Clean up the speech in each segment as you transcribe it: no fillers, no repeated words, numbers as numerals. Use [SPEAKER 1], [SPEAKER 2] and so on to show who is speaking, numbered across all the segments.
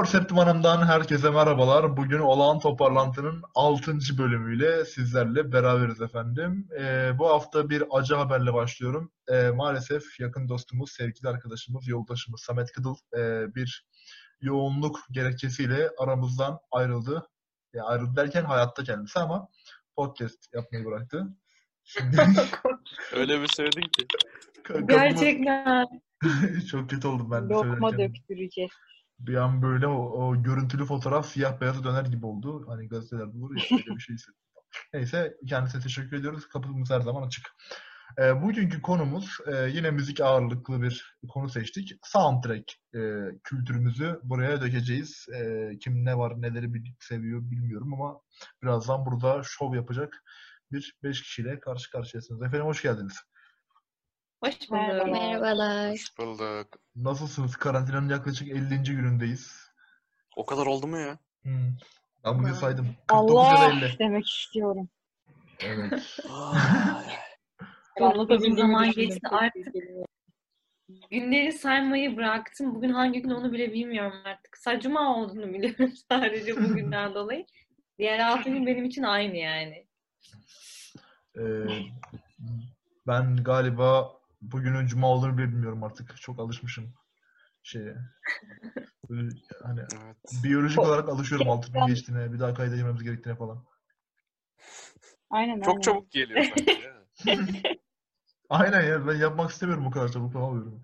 [SPEAKER 1] Septman'dan herkese merhabalar. Bugün Olağan Toparlantı'nın 6. bölümüyle sizlerle beraberiz efendim. Bu hafta bir acı haberle başlıyorum. Maalesef yakın dostumuz, sevgili arkadaşımız, yoldaşımız Samet Kıdıl bir yoğunluk gerekçesiyle aramızdan ayrıldı. Yani ayrıldı derken hayatta kendisi ama podcast yapmayı bıraktı. Şimdi
[SPEAKER 2] Öyle bir söyledin ki.
[SPEAKER 1] kapımız
[SPEAKER 3] Gerçekten
[SPEAKER 1] çok kötü oldum ben de
[SPEAKER 3] lokma
[SPEAKER 1] söylerken.
[SPEAKER 3] döktüreceğiz.
[SPEAKER 1] Bir an böyle o görüntülü fotoğraf siyah beyaza döner gibi oldu. Hani gazetelerde olur ya öyle bir şey hissettim. Neyse kendisine teşekkür ediyoruz. Kapımız her zaman açık. Bugünkü konumuz yine müzik ağırlıklı bir konu seçtik. Soundtrack kültürümüzü buraya dökeceğiz. Kim ne var neleri seviyor bilmiyorum ama birazdan burada şov yapacak bir 5 kişiyle karşı karşıyasınız. Efendim hoş geldiniz.
[SPEAKER 3] Hoş
[SPEAKER 1] Merhabalar.
[SPEAKER 3] bulduk.
[SPEAKER 4] Merhabalar.
[SPEAKER 2] Hoş bulduk.
[SPEAKER 1] Nasılsınız? Karantinanın yaklaşık 50. günündeyiz.
[SPEAKER 2] O kadar oldu mu ya?
[SPEAKER 1] Ben bugün saydım. 49
[SPEAKER 3] Allah
[SPEAKER 1] ya da 50.
[SPEAKER 3] demek istiyorum.
[SPEAKER 1] Evet.
[SPEAKER 3] Anlatabildiğimi
[SPEAKER 4] Zaman
[SPEAKER 3] düşündüm.
[SPEAKER 4] geçti artık. Günleri saymayı bıraktım. Bugün hangi gün onu bile bilmiyorum artık. Sadece cuma olduğunu biliyorum sadece bugünden dolayı. Diğer 6 gün benim için aynı yani.
[SPEAKER 1] Ben galiba bugünün cuma olduğunu bile bilmiyorum artık. Çok alışmışım şeye. Böyle hani
[SPEAKER 2] Evet.
[SPEAKER 1] biyolojik olarak alışıyorum 6 gün geçtiğine, bir daha kayda girmemiz gerektiğine falan.
[SPEAKER 3] Aynen
[SPEAKER 2] Çok çabuk geliyor sanki ya.
[SPEAKER 1] Aynen ya, ben yapmak istemiyorum o kadar çabuk falan oluyorum.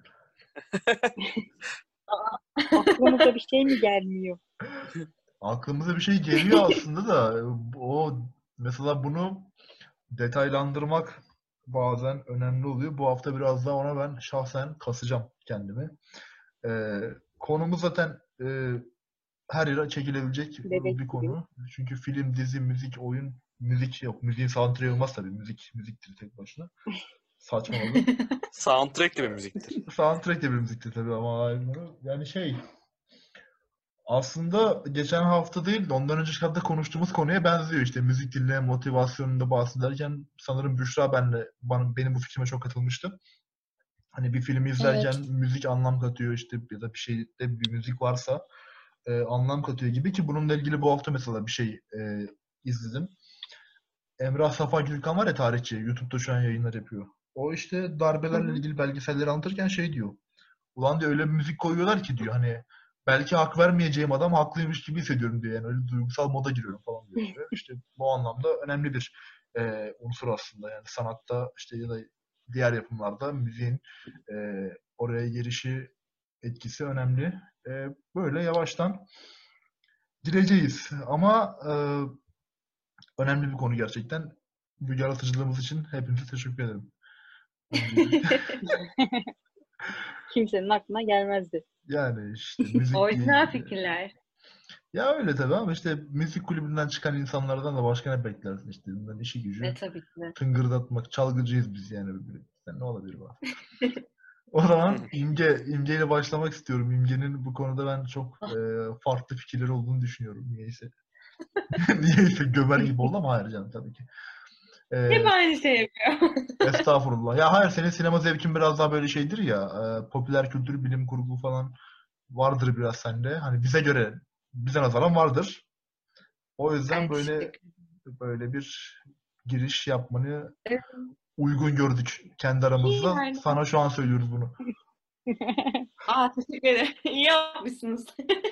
[SPEAKER 3] Aklımıza bir şey mi gelmiyor?
[SPEAKER 1] Aklımıza bir şey geliyor aslında da o mesela bunu detaylandırmak bazen önemli oluyor. Bu hafta biraz daha ona ben şahsen kasacağım kendimi. Konumuz zaten her yere çekilebilecek
[SPEAKER 3] Bebek
[SPEAKER 1] bir
[SPEAKER 3] gibi.
[SPEAKER 1] konu. Çünkü film, dizi, müzik, oyun, müzik yok. Müziğin soundtrack'i olmaz tabii. Müziktir tek başına. Saçmaladım.
[SPEAKER 2] Soundtrack de bir müziktir.
[SPEAKER 1] Soundtrack de bir müziktir tabii ama yani aslında geçen hafta değil de ondan önceki hafta konuştuğumuz konuya benziyor işte. Müzik dinleme motivasyonunda bahsederken sanırım Büşra benim bu fikrime çok katılmıştı. Hani bir filmi izlerken
[SPEAKER 4] Evet.
[SPEAKER 1] müzik anlam katıyor işte ya da bir şeyde bir müzik varsa anlam katıyor gibi ki bununla ilgili bu hafta mesela bir şey izledim. Emrah Safa Gürkan var ya tarihçi. YouTube'da şu an yayınlar yapıyor. O işte darbelerle ilgili belgeselleri anlatırken şey diyor. Ulan diyor öyle bir müzik koyuyorlar ki diyor hani belki hak vermeyeceğim adam haklıymış gibi hissediyorum diyor. Yani öyle duygusal moda giriyorum falan diyor. Böyle. İşte bu anlamda önemli bir unsur aslında. Yani sanatta işte ya da diğer yapımlarda müziğin e, oraya gelişi etkisi önemli. Böyle yavaştan gireceğiz. Ama önemli bir konu gerçekten. Bu yaratıcılığımız için hepinize teşekkür ederim.
[SPEAKER 3] Kimsenin aklına gelmezdi.
[SPEAKER 1] Yani işte müzik
[SPEAKER 4] Orijinal fikirler.
[SPEAKER 1] ya öyle tabii ama işte müzik kulübünden çıkan insanlardan da başka ne beklersin işte. Bunların işi gücü
[SPEAKER 4] Tabii ki de.
[SPEAKER 1] tıngırdatmak. Çalgıcıyız biz yani. Yani ne olabilir bana? O zaman İmge ile başlamak istiyorum. İmge'nin bu konuda ben çok farklı fikirleri olduğunu düşünüyorum. Niyeyse. Niyeyse gömer gibi oldu ama hayır canım tabii ki.
[SPEAKER 4] Hep aynı şey yapıyor.
[SPEAKER 1] Estağfurullah. Ya hayır senin sinema zevkin biraz daha böyle şeydir ya. Popüler kültür, bilim kurgu falan vardır biraz sende. Hani bize nazaran vardır. O yüzden
[SPEAKER 4] Ay,
[SPEAKER 1] böyle bir giriş yapmanı
[SPEAKER 4] Evet.
[SPEAKER 1] uygun gördük kendi aramızda.
[SPEAKER 4] Yani.
[SPEAKER 1] Sana şu an söylüyoruz bunu.
[SPEAKER 4] Teşekkür ederim. İyi yapmışsınız.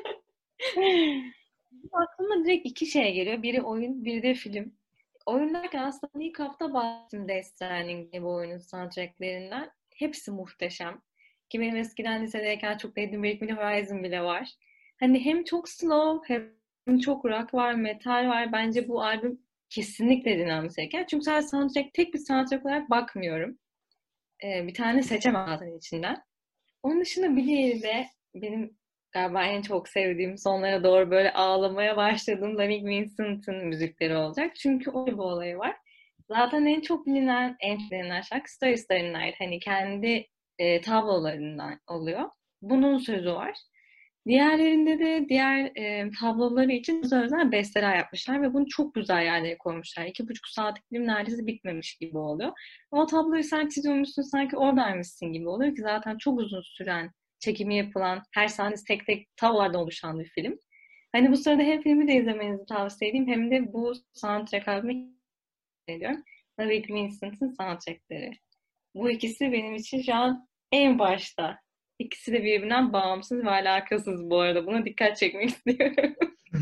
[SPEAKER 4] Aklıma direkt iki şey geliyor. Biri oyun, biri de film. Oyun derken aslında ilk hafta bahsettim Death Stranding gibi oyunun soundtracklerinden. Hepsi muhteşem. Ki benim eskiden lisedeyken çok sevdiğim Bring Me The Horizon bile var. Hani hem çok slow hem çok rock var, metal var. Bence bu albüm kesinlikle dinlenmesi gereken. Çünkü sadece tek bir soundtrack olarak bakmıyorum. Bir tane seçemem zaten içinden. Onun dışında bir diğeri de benim galiba en çok sevdiğim sonlara doğru böyle ağlamaya başladığım David Vincent'ın müzikleri olacak. Çünkü öyle bir olayı var. Zaten en çok bilinen şarkı Starry Starry Night. Hani kendi tablolarından oluyor. Bunun sözü var. Diğerlerinde de diğer tabloları için özel besteler yapmışlar ve bunu çok güzel yerlere koymuşlar. 2,5 saatlik film neredeyse bitmemiş gibi oluyor. O tabloyu sen çiziyormuşsun, sanki oradaymışsın gibi oluyor ki zaten çok uzun süren çekimi yapılan, her sahnesi tek tek tablolardan oluşan bir film. Hani bu sırada hem filmi de izlemenizi tavsiye edeyim hem de bu soundtrack albümü ediyorum. Ludwig Vincent'ın soundtrackleri. Bu ikisi benim için şu an en başta. İkisi de birbirinden bağımsız ve alakasız bu arada. Buna dikkat çekmek istiyorum.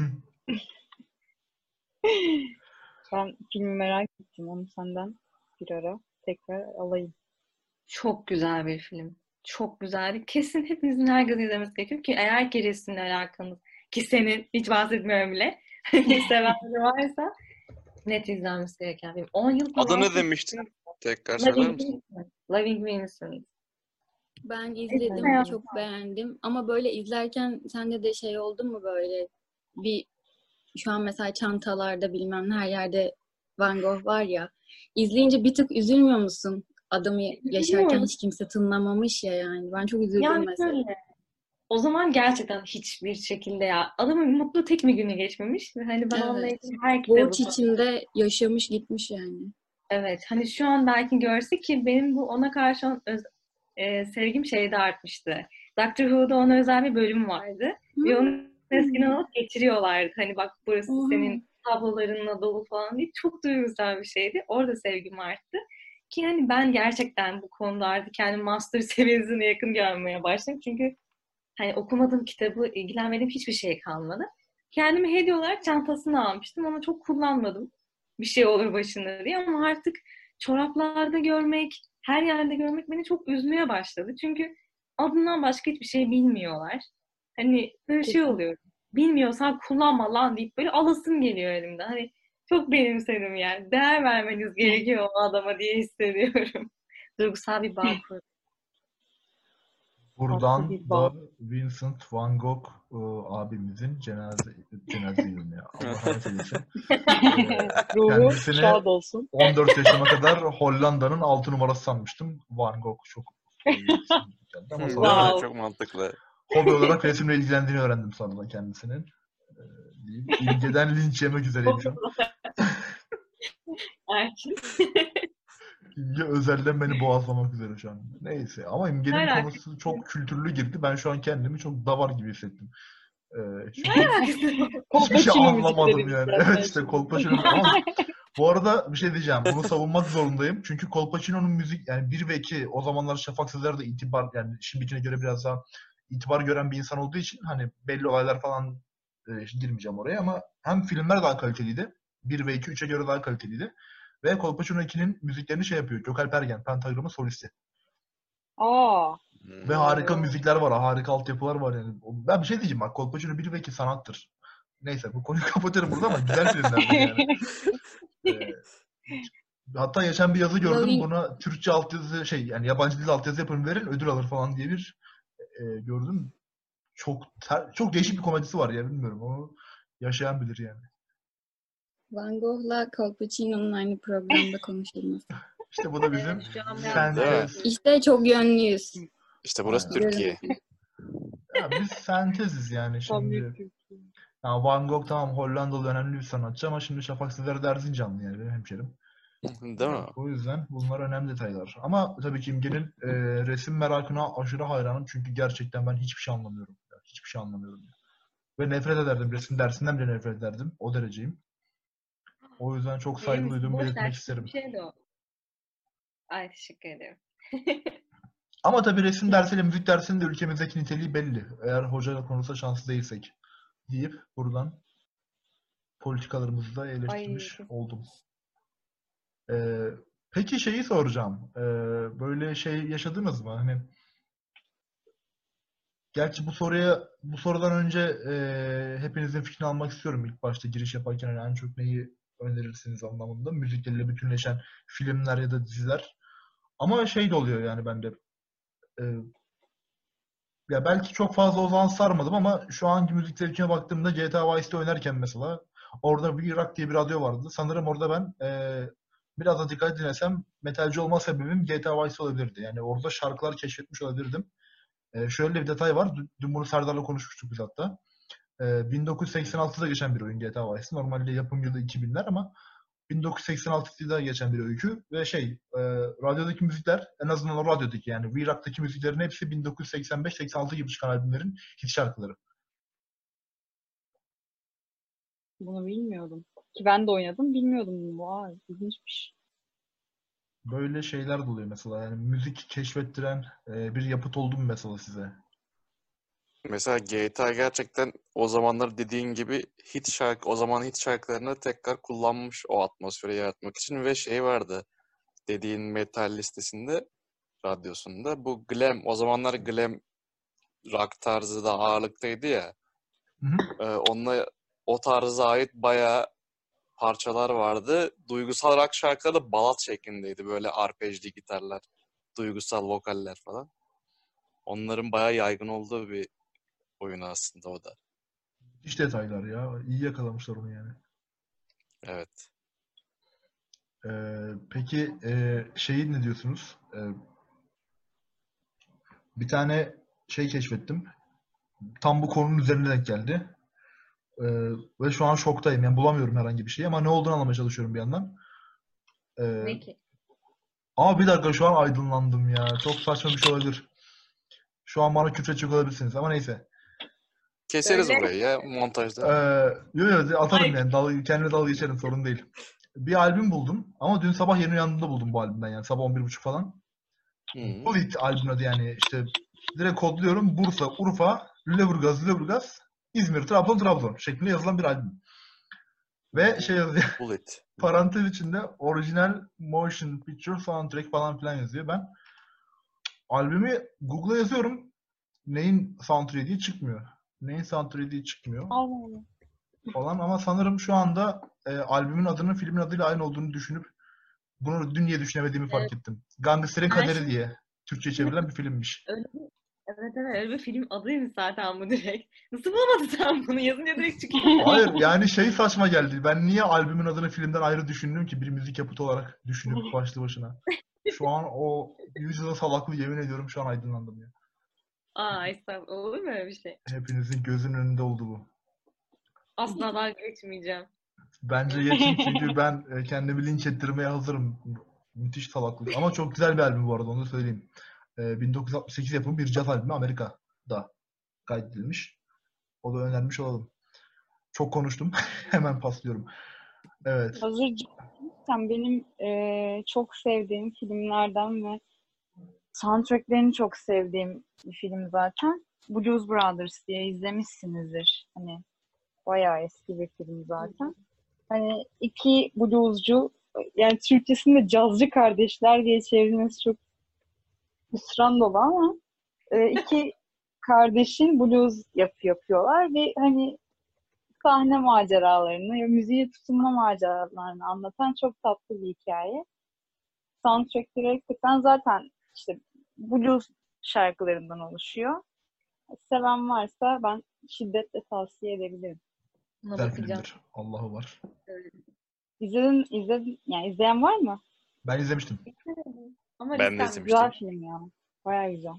[SPEAKER 3] Ben filmi merak ettim. Onu senden bir ara tekrar alayım.
[SPEAKER 4] Çok güzel bir film. Çok güzeldi. Kesin hepinizin herkes izlemesi gerekiyor ki eğer ki resimle alakanız ki senin hiç bahsetmiyorum bile seven biri varsa net izlenmesi gereken film. 10 yıl
[SPEAKER 2] Adı
[SPEAKER 4] falan.
[SPEAKER 2] ne demiştin? Tekrar söyler
[SPEAKER 4] Loving
[SPEAKER 2] misin?
[SPEAKER 4] Vincent. Loving Vincent.
[SPEAKER 5] Ben
[SPEAKER 4] Evet.
[SPEAKER 5] izledim, çok beğendim. Ama böyle izlerken sende de şey oldu mu böyle bir şu an mesela çantalarda bilmem her yerde Van Gogh var ya. İzleyince bir tık üzülmüyor musun? Adamı yaşarken hiç kimse tınlamamış ya yani. Ben çok üzüldüm
[SPEAKER 4] Yani
[SPEAKER 5] mesela.
[SPEAKER 4] şöyle, o zaman gerçekten hiçbir şekilde ya adamın mutlu tek bir günü geçmemiş ve hani ben onunla
[SPEAKER 5] Evet.
[SPEAKER 4] ilgili her kitabı
[SPEAKER 5] Borç içinde yaşamış gitmiş yani.
[SPEAKER 4] evet hani şu an belki görse ki benim bu ona karşı olan sevgim şeyde artmıştı. Doctor Who'da ona özel bir bölüm vardı. Ve onu eskiden alıp getiriyorlardı. Hani bak burası senin tablolarınla dolu falan diye. Çok duygusal bir şeydi. Orada sevgim arttı. Ki hani ben gerçekten bu konuda artık kendimi master seviyesine yakın görmeye başladım. Çünkü hani okumadığım kitabı, ilgilenmediğim hiçbir şey kalmadı. Kendime hediye olarak çantasını almıştım ama çok kullanmadım. Bir şey olur başına diye ama artık çoraplarda görmek, her yerde görmek beni çok üzmeye başladı. Çünkü adından başka hiçbir şey bilmiyorlar. Hani böyle şey oluyor. Bilmiyorsan kullanma lan deyip böyle alasım geliyor elimden. Hani çok benimsedim yani. Değer vermeniz gerekiyor o adama diye hissediyorum. Duygusal bir bağ kurdum.
[SPEAKER 1] Buradan
[SPEAKER 3] bir
[SPEAKER 1] da
[SPEAKER 3] bağ.
[SPEAKER 1] Vincent van Gogh abimizin cenaze yılını ya. Allah rahmet eylesin.
[SPEAKER 3] Ruhu
[SPEAKER 1] Kendisini
[SPEAKER 3] şad olsun.
[SPEAKER 1] 14 yaşıma kadar Hollanda'nın 6 numarası sanmıştım. Van Gogh çok iyi bir isim geldi ama
[SPEAKER 2] Değil
[SPEAKER 1] sonra
[SPEAKER 2] mi?
[SPEAKER 3] Wow.
[SPEAKER 2] Çok mantıklı.
[SPEAKER 1] hobi olarak resimle ilgilendiğini öğrendim sonradan kendisinin. Diyeyim. İlgeden linç yemek üzereyim şu an.
[SPEAKER 4] Erkin.
[SPEAKER 1] İmge özelden beni boğazlamak üzere şu an. Neyse ama İmge'nin
[SPEAKER 4] Merak
[SPEAKER 1] konusu çok kültürlü girdi. Ben şu an kendimi çok davar gibi hissettim. Çünkü hiçbir şey
[SPEAKER 3] Kolpaçino
[SPEAKER 1] anlamadım
[SPEAKER 3] müzikleri
[SPEAKER 1] yani.
[SPEAKER 3] zaten
[SPEAKER 1] Evet işte
[SPEAKER 3] şimdi.
[SPEAKER 1] Kolpaçino. Ama bu arada bir şey diyeceğim. Bunu savunmak zorundayım. Çünkü Kolpaçino'nun müzik yani 1 ve 2 o zamanlar Şafak Sezer de itibar yani şimdikine göre biraz daha itibar gören bir insan olduğu için hani belli olaylar falan girmeyeceğim oraya ama hem filmler daha kaliteliydi. 1 ve 2 3'e göre daha kaliteliydi. Ve Kolpaçino 2'nin müziklerini şey yapıyor. Gökalp Ergen, Pentagram'ın solisti.
[SPEAKER 3] Aa,
[SPEAKER 1] Ve harika müzikler var, harika altyapılar var yani. Ben bir şey diyeceğim bak, Kolpaçino 1 ve 2 sanattır. Neyse bu konuyu kapatıyorum burada ama güzel filmlerdir yani. Hatta geçen bir yazı gördüm.
[SPEAKER 5] Loving-
[SPEAKER 1] Buna Türkçe altyazı yani yabancı dil altyazı yapın verin ödül alır falan diye bir gördüm. Çok değişik bir komedisi var ya, bilmiyorum. Onu yaşayan bilir yani.
[SPEAKER 5] Van Gogh'la Colpacino'nun aynı programda konuşulması.
[SPEAKER 1] İşte bu da bizim
[SPEAKER 4] Şu an
[SPEAKER 1] sentez.
[SPEAKER 5] İşte çok yönlüyüz.
[SPEAKER 2] İşte burası
[SPEAKER 1] Aynen.
[SPEAKER 2] Türkiye.
[SPEAKER 1] Ya biz senteziz yani
[SPEAKER 3] tam
[SPEAKER 1] şimdi.
[SPEAKER 3] bir Türkiye.
[SPEAKER 1] Ya Van Gogh tamam Hollandalı önemli bir sanatçı ama şimdi Şafak Sezer de Erzincanlı yani benim hemşerim.
[SPEAKER 2] Değil mi?
[SPEAKER 1] O yüzden bunlar önemli detaylar. Ama tabii ki İmge'nin resim merakına aşırı hayranım. Çünkü gerçekten ben hiçbir şey anlamıyorum. Yani hiçbir şey anlamıyorum. Ve nefret ederdim. Resim dersinden bile nefret ederdim. O dereceyim. O yüzden çok saygı
[SPEAKER 4] Benim
[SPEAKER 1] duyduğumu
[SPEAKER 4] boş
[SPEAKER 1] belirtmek
[SPEAKER 4] ders
[SPEAKER 1] isterim.
[SPEAKER 4] bir şey de o. Ay teşekkür ederim.
[SPEAKER 1] Ama tabii resim dersiyle müzik dersinin de ülkemizdeki niteliği belli. Eğer hocayla konuşsa şanslı değilsek deyip buradan politikalarımızı da eleştirmiş
[SPEAKER 4] Ay.
[SPEAKER 1] oldum. Peki şeyi soracağım. Böyle şey yaşadınız mı? Hani gerçi bu sorudan önce hepinizin fikrini almak istiyorum ilk başta giriş yaparken hani en çok neyi önerirsiniz anlamında. Müzikleriyle bütünleşen filmler ya da diziler. Ama şey de oluyor yani bende. E, Ya belki çok fazla o zaman sarmadım ama şu anki müzik zevkine baktığımda GTA Vice'de oynarken mesela orada bir rock diye bir radyo vardı. Sanırım orada ben biraz da dikkat dinlesem metalci olma sebebim GTA Vice olabilirdi. Yani orada şarkılar keşfetmiş olabilirdim. Şöyle bir detay var. Dün bunu Serdar'la konuşmuştuk biz hatta. 1986'da geçen bir oyun GTA Vice. Normalde yapım yılı 2000'ler ama 1986'da geçen bir öykü ve radyodaki müzikler, en azından o radyodaki yani V-Rock'taki müziklerin hepsi 1985-86 gibi çıkan albümlerin hit şarkıları.
[SPEAKER 3] Bunu bilmiyordum. Ki ben de oynadım, bilmiyordum bunu. Vay, ilginçmiş.
[SPEAKER 1] Böyle şeyler de oluyor mesela. Yani müzik keşfettiren bir yapıt oldu mu mesela size?
[SPEAKER 2] Mesela GTA gerçekten o zamanlar dediğin gibi o zaman hit şarkılarını tekrar kullanmış o atmosferi yaratmak için ve vardı dediğin metal listesinde, radyosunda bu glam, o zamanlar glam rock tarzı da ağırlıktaydı ya.
[SPEAKER 1] Hı hı.
[SPEAKER 2] Onunla o tarza ait bayağı parçalar vardı. Duygusal rock şarkıları da balat şeklindeydi. Böyle arpejli gitarlar, duygusal vokaller falan. Onların bayağı yaygın olduğu bir oyun aslında o da.
[SPEAKER 1] Hiç detaylar ya. İyi yakalamışlar onu yani.
[SPEAKER 2] Evet.
[SPEAKER 1] Peki ne diyorsunuz? Bir tane keşfettim. Tam bu konunun üzerine denk geldi. Ve şu an şoktayım. Yani bulamıyorum herhangi bir şey ama ne olduğunu anlamaya çalışıyorum bir yandan.
[SPEAKER 4] Ne ki?
[SPEAKER 1] Bir dakika, şu an aydınlandım ya. Çok saçma bir şey olabilir. Şu an bana küfredecek olabilirsiniz ama neyse.
[SPEAKER 2] Keseriz
[SPEAKER 4] Söyle.
[SPEAKER 2] burayı ya montajda.
[SPEAKER 1] Yo, atarım
[SPEAKER 4] Ay.
[SPEAKER 1] yani. Kendime dalga geçerim, sorun değil. Bir albüm buldum ama dün sabah yeni uyandığımda buldum bu albümden yani. Sabah 11.30 falan.
[SPEAKER 2] Hı.
[SPEAKER 1] Bullet albüm adı yani. İşte direkt kodluyorum. Bursa, Urfa, Lüleburgaz, İzmir, Trabzon şeklinde yazılan bir albüm. Ve yazıyor.
[SPEAKER 2] Bullet.
[SPEAKER 1] Parantez içinde orijinal motion picture soundtrack falan filan yazıyor. Ben albümü Google'a yazıyorum. Neyin soundtrack'i diye çıkmıyor. Neyin soundtrack'i diye çıkmıyor
[SPEAKER 3] Allah Allah.
[SPEAKER 1] falan ama sanırım şu anda albümün adının filmin adıyla aynı olduğunu düşünüp bunu dün niye düşünemediğimi fark ettim. Gangster'in
[SPEAKER 4] Ben
[SPEAKER 1] Kaderi
[SPEAKER 4] şimdi-
[SPEAKER 1] diye Türkçe çevrilen bir filmmiş.
[SPEAKER 4] Evet öyle bir film adıymış zaten bu direkt. Nasıl bulamadın sen bunu? Yazınca direkt çıkıyor.
[SPEAKER 1] Hayır yani saçma geldi. Ben niye albümün adını filmden ayrı düşündüm ki bir müzik yapıtı olarak düşünüp başlı başına. Şu an o yüzyılın salaklığı, yemin ediyorum şu an aydınlandım ya.
[SPEAKER 4] Estağfurullah. Olur mu öyle bir şey?
[SPEAKER 1] Hepinizin gözünün önünde oldu bu.
[SPEAKER 4] Asla dalga geçmeyeceğim.
[SPEAKER 1] Bence geçin çünkü ben kendimi linç ettirmeye hazırım. Müthiş salaklık. Ama çok güzel bir albüm bu arada, onu da söyleyeyim. 1968 yapımı bir caz albümü, Amerika'da kaydedilmiş. O da önermiş olalım. Çok konuştum. Hemen paslıyorum. Evet.
[SPEAKER 3] Hazır cidden benim çok sevdiğim filmlerden ve soundtracklerini çok sevdiğim bir film zaten. Blues Brothers diye izlemişsinizdir. Hani bayağı eski bir film zaten. Hani iki bluescu, yani Türkçesinde cazcı kardeşler diye çevrilmesi çok hüsran dolu ama iki kardeşin blues yapıyorlar ve hani sahne maceralarını, müziğe tutunma maceralarını anlatan çok tatlı bir hikaye. Soundtrackleri hakikaten zaten işte blues şarkılarından oluşuyor. Seven varsa ben şiddetle tavsiye edebilirim.
[SPEAKER 4] Buna
[SPEAKER 1] Güzel
[SPEAKER 4] bakacağım.
[SPEAKER 1] filmdir. Allah'ı var.
[SPEAKER 3] İzledin, yani izleyen var mı?
[SPEAKER 1] Ben izlemiştim.
[SPEAKER 4] Ama
[SPEAKER 2] Ben de
[SPEAKER 4] listem
[SPEAKER 2] izlemiştim.
[SPEAKER 3] Güzel film ya. Bayağı güzel.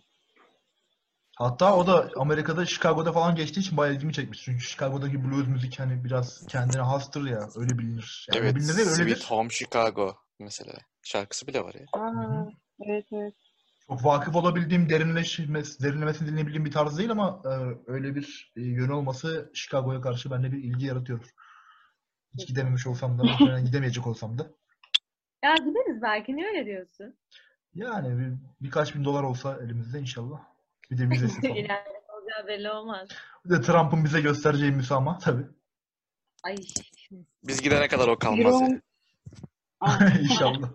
[SPEAKER 1] Hatta o da Amerika'da, Chicago'da falan geçtiği için bayağı ilgimi çekmiş. Çünkü Chicago'daki blues müzik hani biraz kendine hastır ya. Öyle bilinir. Yani
[SPEAKER 2] Evet,
[SPEAKER 1] bilinir değil,
[SPEAKER 2] Sweet
[SPEAKER 1] öyledir.
[SPEAKER 2] Home Chicago mesela. Şarkısı bile var ya.
[SPEAKER 3] Evet.
[SPEAKER 1] Çok vakıf olabildiğim, derinlemesine dinleyebildiğim bir tarz değil ama öyle bir yönü olması Chicago'ya karşı bende bir ilgi yaratıyor. Hiç gidememiş olsam da, muhtemelen gidemeyecek olsam da.
[SPEAKER 4] Ya gideriz belki. Niye öyle diyorsun?
[SPEAKER 1] Yani birkaç bin dolar olsa elimizde inşallah. Bir de vizesi falan.
[SPEAKER 4] İleride olacağı belli olmaz.
[SPEAKER 1] Bir de Trump'ın bize göstereceği müsamaha tabii.
[SPEAKER 4] Ay.
[SPEAKER 2] Biz gidene kadar o kalmaz ya.
[SPEAKER 1] İnşallah.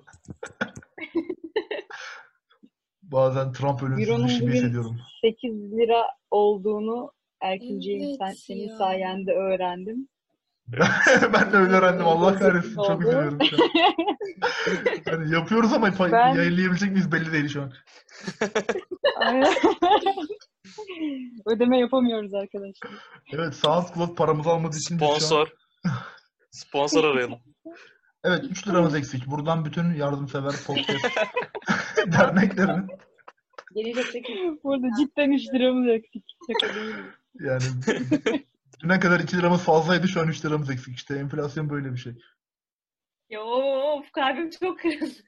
[SPEAKER 1] Bazen Trump ölümsüzmüş
[SPEAKER 3] Euro'nun
[SPEAKER 1] gibi
[SPEAKER 3] bugün
[SPEAKER 1] hissediyorum.
[SPEAKER 3] 8 lira olduğunu Erkin'ciğim
[SPEAKER 5] Evet
[SPEAKER 3] senin
[SPEAKER 5] ya.
[SPEAKER 3] sayende öğrendim.
[SPEAKER 1] Ben de öyle öğrendim. Allah
[SPEAKER 3] Çok
[SPEAKER 1] kahretsin. Çok
[SPEAKER 3] oldu.
[SPEAKER 1] üzülüyorum şu an. Yani yapıyoruz ama
[SPEAKER 3] Ben-
[SPEAKER 1] yayınlayabilecek miyiz belli değil şu an.
[SPEAKER 3] Aynen. Ödeme yapamıyoruz arkadaşlar.
[SPEAKER 1] Evet, SoundCloud paramızı almadığı için biz şu an...
[SPEAKER 2] Sponsor. Sponsor arayalım.
[SPEAKER 1] Evet, 3 liramız eksik. Buradan bütün yardımsever podcast derneklerinin
[SPEAKER 4] Gelecekteki
[SPEAKER 3] Bu arada cidden 3 liramız eksik. Şaka değil.
[SPEAKER 1] yani düne kadar 2 liramız fazlaydı, şu an 3 liramız eksik. İşte enflasyon böyle bir şey.
[SPEAKER 4] Ya of, kalbim çok kırıldı.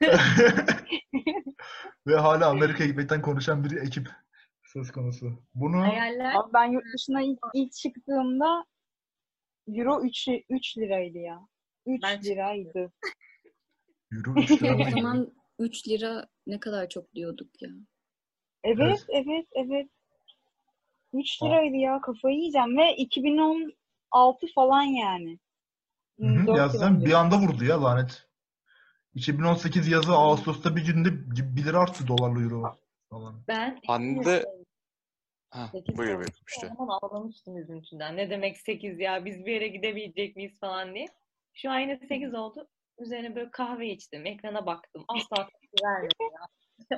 [SPEAKER 1] Ve hala Amerika'ya gitmekten konuşan bir ekip söz konusu. Bunu
[SPEAKER 4] Hayaller.
[SPEAKER 3] Abi ben yurt dışına ilk çıktığımda Euro 3 liraydı ya. 3
[SPEAKER 4] Ben çıktım.
[SPEAKER 3] liraydı.
[SPEAKER 1] euro 3 lira
[SPEAKER 5] O
[SPEAKER 1] mıydı?
[SPEAKER 5] zaman 3 lira ne kadar çok diyorduk ya.
[SPEAKER 3] Evet,
[SPEAKER 1] Evet.
[SPEAKER 3] evet. 3
[SPEAKER 1] Aa.
[SPEAKER 3] liraydı ya, kafayı yiyeceğim ve 2016 falan yani.
[SPEAKER 1] Hı hı.
[SPEAKER 3] 4
[SPEAKER 1] Ya
[SPEAKER 3] yıl
[SPEAKER 1] zaten bir
[SPEAKER 3] önce.
[SPEAKER 1] anda vurdu ya lanet. 2018 yazı Ağustos'ta bir günde 1 lira arttı dolarla euro falan.
[SPEAKER 4] Ben
[SPEAKER 2] Hande... Ha,
[SPEAKER 4] 8
[SPEAKER 2] buyur
[SPEAKER 4] olmuştu.
[SPEAKER 2] işte.
[SPEAKER 4] O zaman ağlamıştım üzüntüden. Ne demek 8 ya, biz bir yere gidemeyecek miyiz falan diye. Şu an yine 8 oldu. Üzerine böyle kahve içtim. Ekrana baktım. Asla tepki vermedi ya.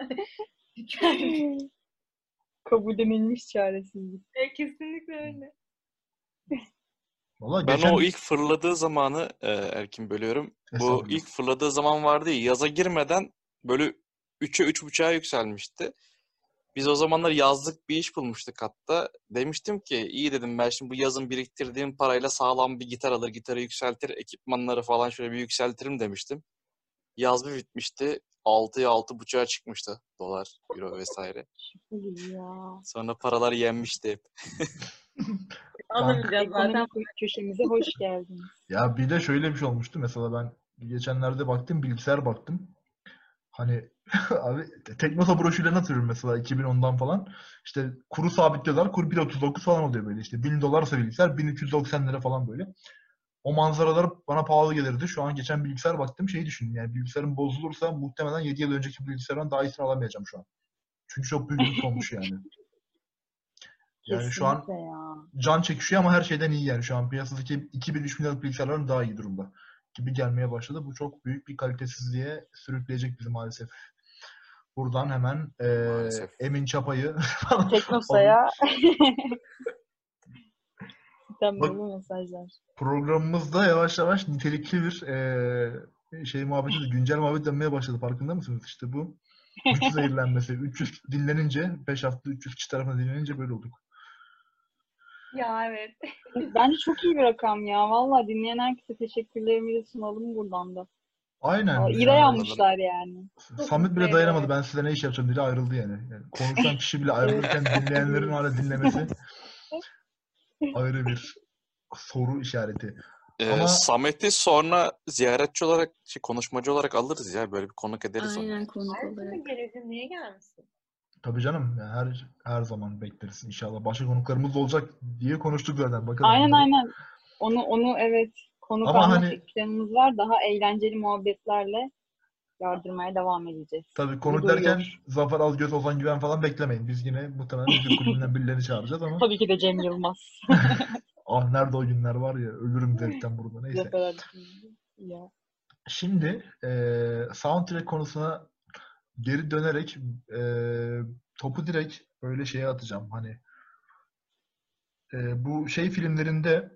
[SPEAKER 3] Kabullenilmiş çaresizlik.
[SPEAKER 4] Kesinlikle öyle.
[SPEAKER 1] Valla
[SPEAKER 2] Ben
[SPEAKER 1] geçen
[SPEAKER 2] o ilk fırladığı zamanı Erkin bölüyorum. Bu
[SPEAKER 1] Estağfurullah.
[SPEAKER 2] ilk fırladığı zaman vardı ya, yaza girmeden böyle 3'e 3,5'a yükselmişti. Biz o zamanlar yazlık bir iş bulmuştuk hatta. Demiştim ki iyi dedim, ben şimdi bu yazın biriktirdiğim parayla sağlam bir gitar alır, gitarı yükseltir, ekipmanları falan şöyle bir yükseltirim demiştim. Yaz bir bitmişti. 6'ya 6,5'a çıkmıştı dolar, euro vesaire.
[SPEAKER 3] İyi ya.
[SPEAKER 2] Sonra paralar yenmişti hep.
[SPEAKER 4] Alamayacağız zaten.
[SPEAKER 3] Ekonomi köşemize hoş geldiniz.
[SPEAKER 1] Ya bir de şöyle bir şey olmuştu. Mesela ben geçenlerde bilgisayar baktım. Hani abi Teknosa broşürlerini hatırlıyorum mesela 2010'dan falan. İşte kuru sabitliyorlar. Kur 1.39 falan oluyor böyle işte. 1000 dolarsa bilgisayar 1390 lira falan böyle. O manzaralar bana pahalı gelirdi. Şu an geçen bilgisayar baktım şeyi düşündüm. Yani bilgisayarım bozulursa muhtemelen 7 yıl önceki bilgisayardan daha iyisini alamayacağım şu an. Çünkü çok büyük lüks olmuş yani. Yani şu an
[SPEAKER 3] Kesinlikle ya.
[SPEAKER 1] can çekişiyor ama her şeyden iyi yani. Şu an piyasadaki 2000-3000 liralık bilgisayarların daha iyi durumda gibi gelmeye başladı. Bu çok büyük bir kalitesizliğe sürükleyecek bizi maalesef. Buradan hemen
[SPEAKER 2] Maalesef.
[SPEAKER 1] Emin Çapa'yı
[SPEAKER 3] Teknosa'ya
[SPEAKER 1] Bak,
[SPEAKER 3] sistemli mesajlar.
[SPEAKER 1] programımızda yavaş yavaş nitelikli bir muhabbeti de güncel muhabbet dönmeye başladı. Farkında mısınız? İşte bu güç zehirlenmesi. 300 dinlenince 5 hafta 300 kişi tarafından dinlenince böyle olduk.
[SPEAKER 4] Ya evet.
[SPEAKER 3] Bence çok iyi bir rakam ya. Vallahi dinleyen herkese teşekkürlerimizi sunalım buradan da.
[SPEAKER 1] Aynen
[SPEAKER 3] İyi
[SPEAKER 1] ya.
[SPEAKER 3] dayanmışlar yani.
[SPEAKER 4] Çok
[SPEAKER 1] Samet bile
[SPEAKER 4] mutlu
[SPEAKER 1] dayanamadı.
[SPEAKER 4] ediyor.
[SPEAKER 1] Ben size ne iş yapacağım diye ayrıldı yani. Konuşan kişi bile
[SPEAKER 3] Evet.
[SPEAKER 1] ayrılırken dinleyenlerin hala dinlemesi ayrı bir soru işareti. Ama
[SPEAKER 2] Samet'i sonra ziyaretçi olarak, konuşmacı olarak alırız ya. Böyle bir konuk ederiz onu.
[SPEAKER 5] Aynen, konuk
[SPEAKER 4] Her türlü
[SPEAKER 5] olarak.
[SPEAKER 4] gelirsin. Niye gelmesin?
[SPEAKER 1] tabii canım yani her zaman bekleriz inşallah. Başka konuklarımız da olacak diye konuştuk zaten. Bakalım
[SPEAKER 3] Aynen
[SPEAKER 1] onları.
[SPEAKER 3] aynen. Onu evet, konuk
[SPEAKER 1] Ama
[SPEAKER 3] alma
[SPEAKER 1] hani
[SPEAKER 3] planımız var. Daha eğlenceli muhabbetlerle yardırmaya devam edeceğiz.
[SPEAKER 1] tabii
[SPEAKER 3] Gibi
[SPEAKER 1] konuk derken
[SPEAKER 3] duyuyor.
[SPEAKER 1] Zafer Algöz, Ozan Güven falan beklemeyin. Biz yine muhtemelen müzik kulübünden birilerini çağıracağız ama
[SPEAKER 3] Tabii ki de Cem Yılmaz.
[SPEAKER 1] ah nerede o günler var ya, ölürüm zevkten burada. Neyse.
[SPEAKER 3] Zafer Algöz. Ya.
[SPEAKER 1] Şimdi soundtrack konusuna geri dönerek topu direkt böyle şeye atacağım. Hani bu filmlerinde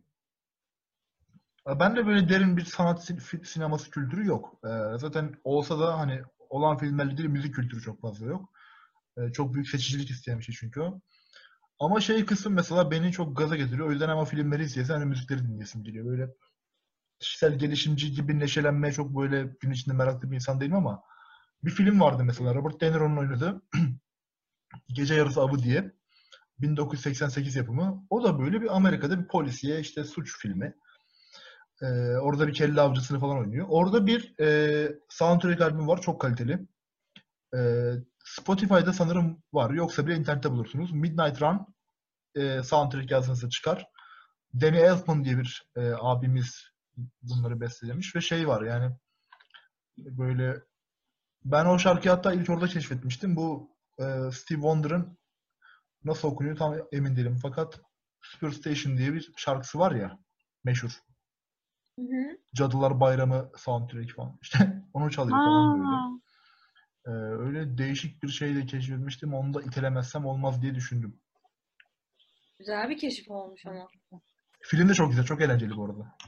[SPEAKER 1] ben de böyle derin bir sanat sineması kültürü yok. Zaten olsa da hani olan filmlerle ilgili müzik kültürü çok fazla yok. Çok büyük seçicilik isteyen bir şey çünkü o. Ama kısım mesela beni çok gaza getiriyor. O yüzden ama filmleri izleyesem hani müzikleri dinleyesim geliyor. Böyle kişisel gelişimci gibi neşelenmeye çok böyle gün içinde meraklı bir insan değilim ama bir film vardı mesela Robert De Niro'nun oynadığı Gece Yarısı Avı diye. 1988 yapımı. O da böyle bir Amerika'da bir polisiye suç filmi. Orada bir kelle avcısını falan oynuyor. Orada bir soundtrack albüm var. Çok kaliteli. Spotify'da sanırım var. Yoksa bile internette bulursunuz. Midnight Run soundtrack yazınızda çıkar. Danny Elfman diye bir abimiz bunları bestelemiş ve var yani böyle ben o şarkıyı hatta ilk orada keşfetmiştim. Bu Steve Wonder'ın nasıl okunuyor tam emin değilim. Fakat Superstation diye bir şarkısı var ya meşhur.
[SPEAKER 4] Hı hı.
[SPEAKER 1] Cadılar Bayramı soundtrack falan. İşte onu çalıyor falan böyle.
[SPEAKER 3] Ha,
[SPEAKER 1] Öyle değişik bir şey de keşfetmiştim. Onu da itelemezsem olmaz diye düşündüm.
[SPEAKER 4] Güzel bir keşif olmuş ama.
[SPEAKER 1] Film de çok güzel. Çok eğlenceli bu arada.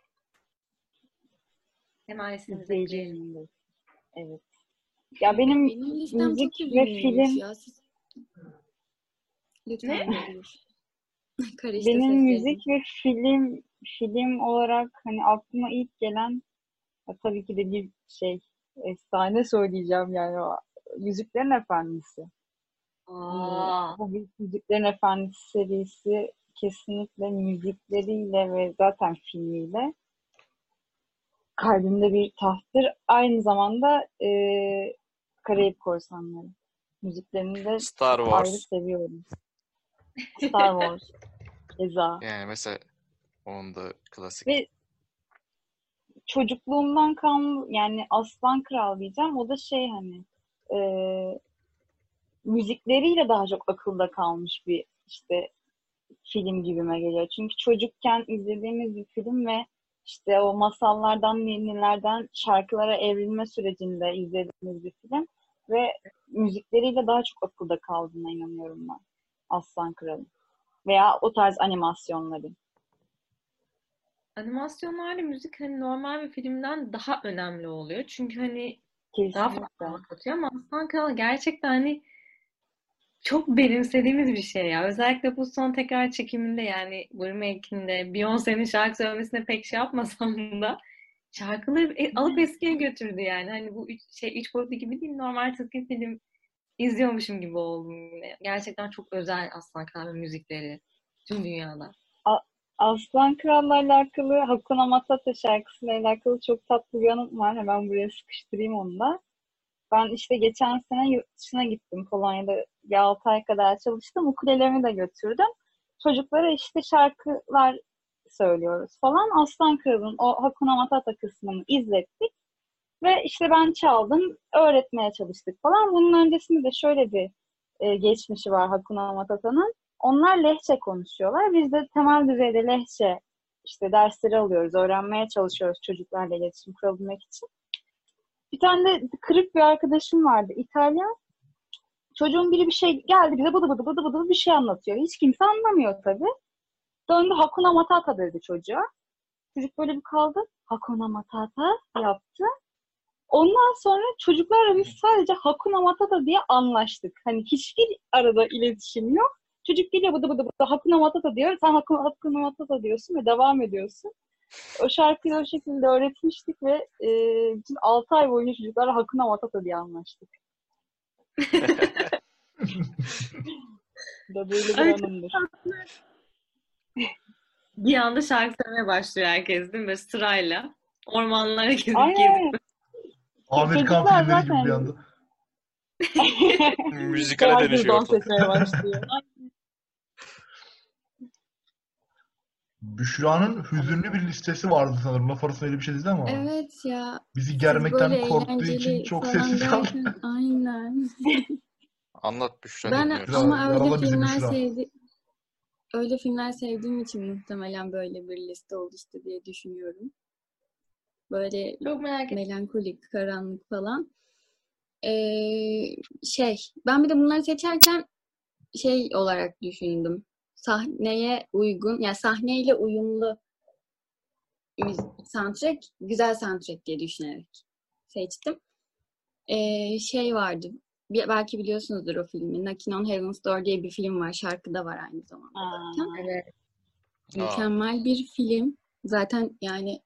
[SPEAKER 4] Hemen listemize
[SPEAKER 3] izleyeceğim
[SPEAKER 4] ekleyelim.
[SPEAKER 3] şimdi. Evet. Ya benim
[SPEAKER 5] Benim listem
[SPEAKER 3] müzik
[SPEAKER 5] çok
[SPEAKER 3] ve
[SPEAKER 5] uzunmuş
[SPEAKER 3] film
[SPEAKER 5] ya. Siz... Lütfen de buyur. Karıştı
[SPEAKER 3] benim
[SPEAKER 5] seslerim.
[SPEAKER 3] müzik ve film olarak hani aklıma ilk gelen Tabii ki de bir efsane söyleyeceğim yani o Yüzüklerin Efendisi.
[SPEAKER 4] Aa,
[SPEAKER 3] Bu Yüzüklerin Efendisi serisi kesinlikle müzikleriyle ve zaten filmiyle kalbimde bir tahttır. Aynı zamanda Karayip Korsanları. Müziklerini de
[SPEAKER 2] Star
[SPEAKER 3] çok ayrı
[SPEAKER 2] Wars.
[SPEAKER 3] seviyorum. Star Wars, keza.
[SPEAKER 2] Yani mesela onun da klasik.
[SPEAKER 3] Ve çocukluğumdan kalma yani Aslan Kral diyeceğim. O da hani müzikleriyle daha çok akılda kalmış bir film gibime geliyor. Çünkü çocukken izlediğimiz bir film ve o masallardan, ninnilerden şarkılara evrilme sürecinde izlediğimiz bir film ve müzikleriyle daha çok akılda kaldığına inanıyorum ben. Aslan Kral'ın. Veya o tarz animasyonları.
[SPEAKER 4] animasyonlarla müzik hani normal bir filmden daha önemli oluyor. Çünkü hani daha fazla
[SPEAKER 3] Kesinlikle.
[SPEAKER 4] anlatıyor ama Aslan Kral gerçekten hani çok benimsediğimiz bir şey ya. Özellikle bu son tekrar çekiminde yani bu remake'inde Beyoncé'nin şarkı söylemesine pek şey yapmasam da şarkıları alıp eskiye götürdü yani. Hani bu üç boyutlu gibi değil, normal çizgi film izliyormuşum gibi oldum yine. Gerçekten çok özel Aslan Kral müzikleri tüm dünyada.
[SPEAKER 3] Aslan Kral'la alakalı Hakuna Matata şarkısıyla alakalı çok tatlı bir anım var. Hemen buraya sıkıştırayım onu da. Ben geçen sene yurt dışına gittim. Polonya'da bir 6 ay kadar çalıştım. Ukulelemi de götürdüm. Çocuklara şarkılar söylüyoruz falan. Aslan Kral'ın o Hakuna Matata kısmını izlettik. Ve ben çaldım, öğretmeye çalıştık falan. Bunun öncesinde de şöyle bir geçmişi var Hakuna Matata'nın. Onlar Lehçe konuşuyorlar. Biz de temel düzeyde Lehçe dersleri alıyoruz, öğrenmeye çalışıyoruz çocuklarla iletişim kurabilmek için. Bir tane de kırık bir arkadaşım vardı, İtalyan. Çocuğun biri bir şey geldi bize bıdı bıdı bıdı bıdı bir şey anlatıyor. Hiç kimse anlamıyor tabii. Döndü Hakuna Matata dedi çocuğa. Çocuk böyle bir kaldı. Hakuna Matata yaptı. Ondan sonra çocuklarla biz sadece Hakuna Matata diye anlaştık. Hani hiçbir arada iletişim yok. Çocuk geliyor bıdı bıdı bıdı Hakuna Matata diyor. Sen Hakuna Matata diyorsun ve devam ediyorsun. O şarkıyı o şekilde öğretmiştik ve bütün 6 ay boyunca çocuklarla Hakuna Matata diye anlaştık. Bu da böyle bir
[SPEAKER 4] Ay,
[SPEAKER 3] anımdır.
[SPEAKER 4] Bir anda şarkı söylemeye başlıyor herkes değil mi? Böyle sırayla. Ormanlara gezip
[SPEAKER 3] Aynen.
[SPEAKER 1] Amerikan
[SPEAKER 3] Çocuklar
[SPEAKER 1] filmleri gibi bir
[SPEAKER 3] zaten
[SPEAKER 1] anda.
[SPEAKER 2] Müzikale
[SPEAKER 3] herkes
[SPEAKER 2] dönüşüyor
[SPEAKER 3] dans
[SPEAKER 2] ortalık.
[SPEAKER 3] etmeye başlıyor.
[SPEAKER 1] Büşra'nın hüzünlü bir listesi vardı sanırım. Laf arasında öyle bir şey dedi ama.
[SPEAKER 5] Evet ya.
[SPEAKER 1] Bizi
[SPEAKER 5] Siz
[SPEAKER 1] germekten
[SPEAKER 5] böyle
[SPEAKER 1] korktuğu için
[SPEAKER 5] eğlenceli
[SPEAKER 1] çok
[SPEAKER 5] falan
[SPEAKER 1] sessiz kaldı.
[SPEAKER 5] derken aynen.
[SPEAKER 2] Anlat Büşra,
[SPEAKER 5] Ben
[SPEAKER 2] dinliyoruz.
[SPEAKER 5] ama
[SPEAKER 1] Yarala bizi Büşra.
[SPEAKER 5] öyle filmler sevdiğim için muhtemelen böyle bir liste oluştu diye düşünüyorum. Böyle
[SPEAKER 4] Çok merak ettim.
[SPEAKER 5] melankolik, karanlık falan. Ben bir de bunları seçerken olarak düşündüm. Sahneye uygun, yani sahneyle uyumlu soundtrack, güzel soundtrack diye düşünerek seçtim. Vardı. Belki biliyorsunuzdur o filmi. Knocking on Heaven's Door diye bir film var. Şarkı da var aynı zamanda zaten.
[SPEAKER 4] Evet.
[SPEAKER 5] Mükemmel bir film. Zaten yani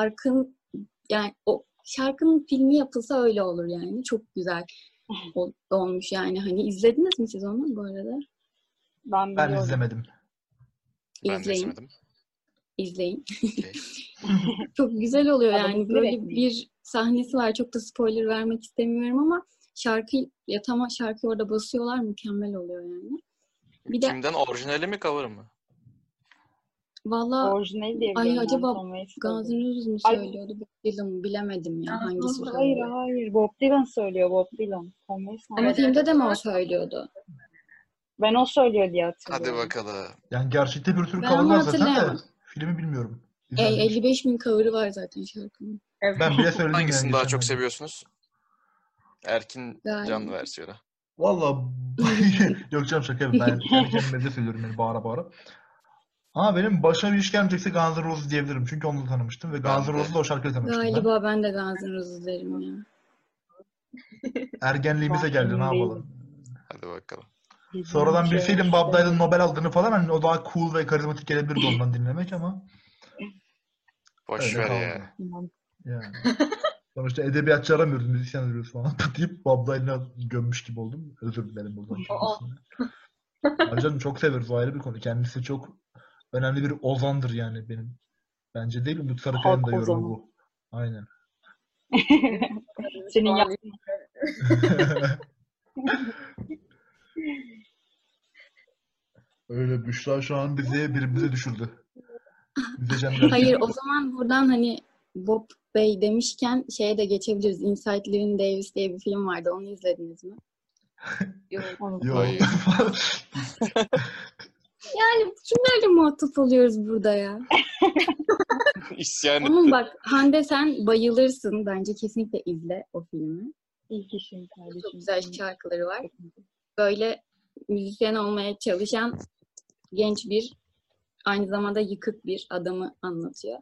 [SPEAKER 5] o şarkının filmi yapılsa öyle olur yani. Çok güzel olmuş yani. Hani izlediniz mi siz onu bu arada?
[SPEAKER 3] Ben
[SPEAKER 1] Ben
[SPEAKER 3] biliyorum.
[SPEAKER 1] izlemedim.
[SPEAKER 2] Ben de
[SPEAKER 5] İzleyin.
[SPEAKER 2] izlemedim.
[SPEAKER 5] İzleyin.
[SPEAKER 2] Okey.
[SPEAKER 5] Çok güzel oluyor
[SPEAKER 3] Adamı
[SPEAKER 5] yani.
[SPEAKER 3] izleyerek
[SPEAKER 5] Böyle
[SPEAKER 3] mi?
[SPEAKER 5] bir sahnesi var. Çok da spoiler vermek istemiyorum ama şarkıyı orada basıyorlar. Mükemmel oluyor yani. Bir de
[SPEAKER 2] Kimden? Orijinali mi, cover mı?
[SPEAKER 5] valla
[SPEAKER 3] Orijinali diye biliyorum ben.
[SPEAKER 5] acaba
[SPEAKER 3] Tom Waits
[SPEAKER 5] Guns
[SPEAKER 3] söylüyor.
[SPEAKER 5] N' Roses mu
[SPEAKER 3] Ay,
[SPEAKER 5] söylüyordu? Bob Dylan mı? Bilemedim ya. Hangisi
[SPEAKER 3] hayır
[SPEAKER 5] söylüyor?
[SPEAKER 3] hayır. Bob Dylan söylüyor. Bob Dylan. Tom Waits
[SPEAKER 5] Ama
[SPEAKER 4] Evet,
[SPEAKER 5] filmde de mi o
[SPEAKER 4] evet.
[SPEAKER 5] söylüyordu?
[SPEAKER 3] Ben o söylüyor diye
[SPEAKER 2] Hadi
[SPEAKER 3] hatırlıyorum.
[SPEAKER 2] bakalım.
[SPEAKER 1] Yani gerçekte bir sürü
[SPEAKER 5] Ben
[SPEAKER 1] cover
[SPEAKER 5] ama
[SPEAKER 1] var zaten de
[SPEAKER 5] hatırlayamadım.
[SPEAKER 1] filmi bilmiyorum. İzlemedim.
[SPEAKER 5] 55 bin cover'ı var zaten şarkının.
[SPEAKER 4] Evet.
[SPEAKER 1] Ben bile söyledim yani
[SPEAKER 2] Hangisini daha çok
[SPEAKER 1] geçenlerde.
[SPEAKER 2] seviyorsunuz? Erkin Can
[SPEAKER 5] Galiba.
[SPEAKER 2] versiyonu.
[SPEAKER 1] Valla yok canım şaka yapıyorum. Ben kendi kendime de söylüyorum yani bağıra bağıra. Ama benim başıma bir iş gelmeyecekse Guns N' Roses diyebilirim. Çünkü onunla tanımıştım ve
[SPEAKER 2] Ben
[SPEAKER 1] Guns N'
[SPEAKER 2] de.
[SPEAKER 1] Roses'la o şarkıyla tanımıştım ben.
[SPEAKER 5] Galiba ben de Guns N' Roses derim ya.
[SPEAKER 1] Ergenliğimize
[SPEAKER 3] Ben
[SPEAKER 1] geldi ne
[SPEAKER 3] emin
[SPEAKER 1] yapalım.
[SPEAKER 3] değilim.
[SPEAKER 2] Hadi bakalım.
[SPEAKER 1] Sonradan
[SPEAKER 3] Bilmiyorum,
[SPEAKER 1] bilseydim Bob Dylan
[SPEAKER 3] istemedim.
[SPEAKER 1] Nobel aldığını falan hani o daha cool ve karizmatik gelebilirdi ondan dinlemek ama
[SPEAKER 2] Boş
[SPEAKER 1] öyle
[SPEAKER 2] ver
[SPEAKER 1] kaldı.
[SPEAKER 2] ya.
[SPEAKER 1] Yani. Sonuçta edebiyatçı aramıyoruz, müzisyen arıyoruz falan. Deyip Bob Dylan'ı gömmüş gibi oldum. Özür dilerim buradan
[SPEAKER 4] Aa.
[SPEAKER 1] kendisine. Abi canım çok severiz, o ayrı bir konu. Kendisi çok önemli bir ozandır yani benim. Bence değil, Umut Sarıkaya'nın da
[SPEAKER 3] Halk
[SPEAKER 1] yorumu
[SPEAKER 3] ozanı.
[SPEAKER 1] bu. Aynen.
[SPEAKER 3] Senin
[SPEAKER 4] Şu
[SPEAKER 3] ya
[SPEAKER 4] an
[SPEAKER 1] Öyle, Büşra şu an bizi birbirimize düşürdü. Müzeceğim derken.
[SPEAKER 5] Hayır, o zaman buradan hani Bob Bey demişken şeye de geçebiliriz. Inside Llewyn Davis diye bir film vardı. Onu izlediniz mi?
[SPEAKER 4] yok.
[SPEAKER 1] Yo.
[SPEAKER 2] Hayır.
[SPEAKER 5] Yani kimlerle muhatap oluyoruz burada ya?
[SPEAKER 2] İsyan
[SPEAKER 5] Onun
[SPEAKER 2] etti.
[SPEAKER 5] bak Hande sen bayılırsın. Bence kesinlikle izle o filmi.
[SPEAKER 3] ilk işim kardeşim.
[SPEAKER 5] Çok güzel şarkıları var. Böyle müzisyen olmaya çalışan genç bir, aynı zamanda yıkık bir adamı anlatıyor.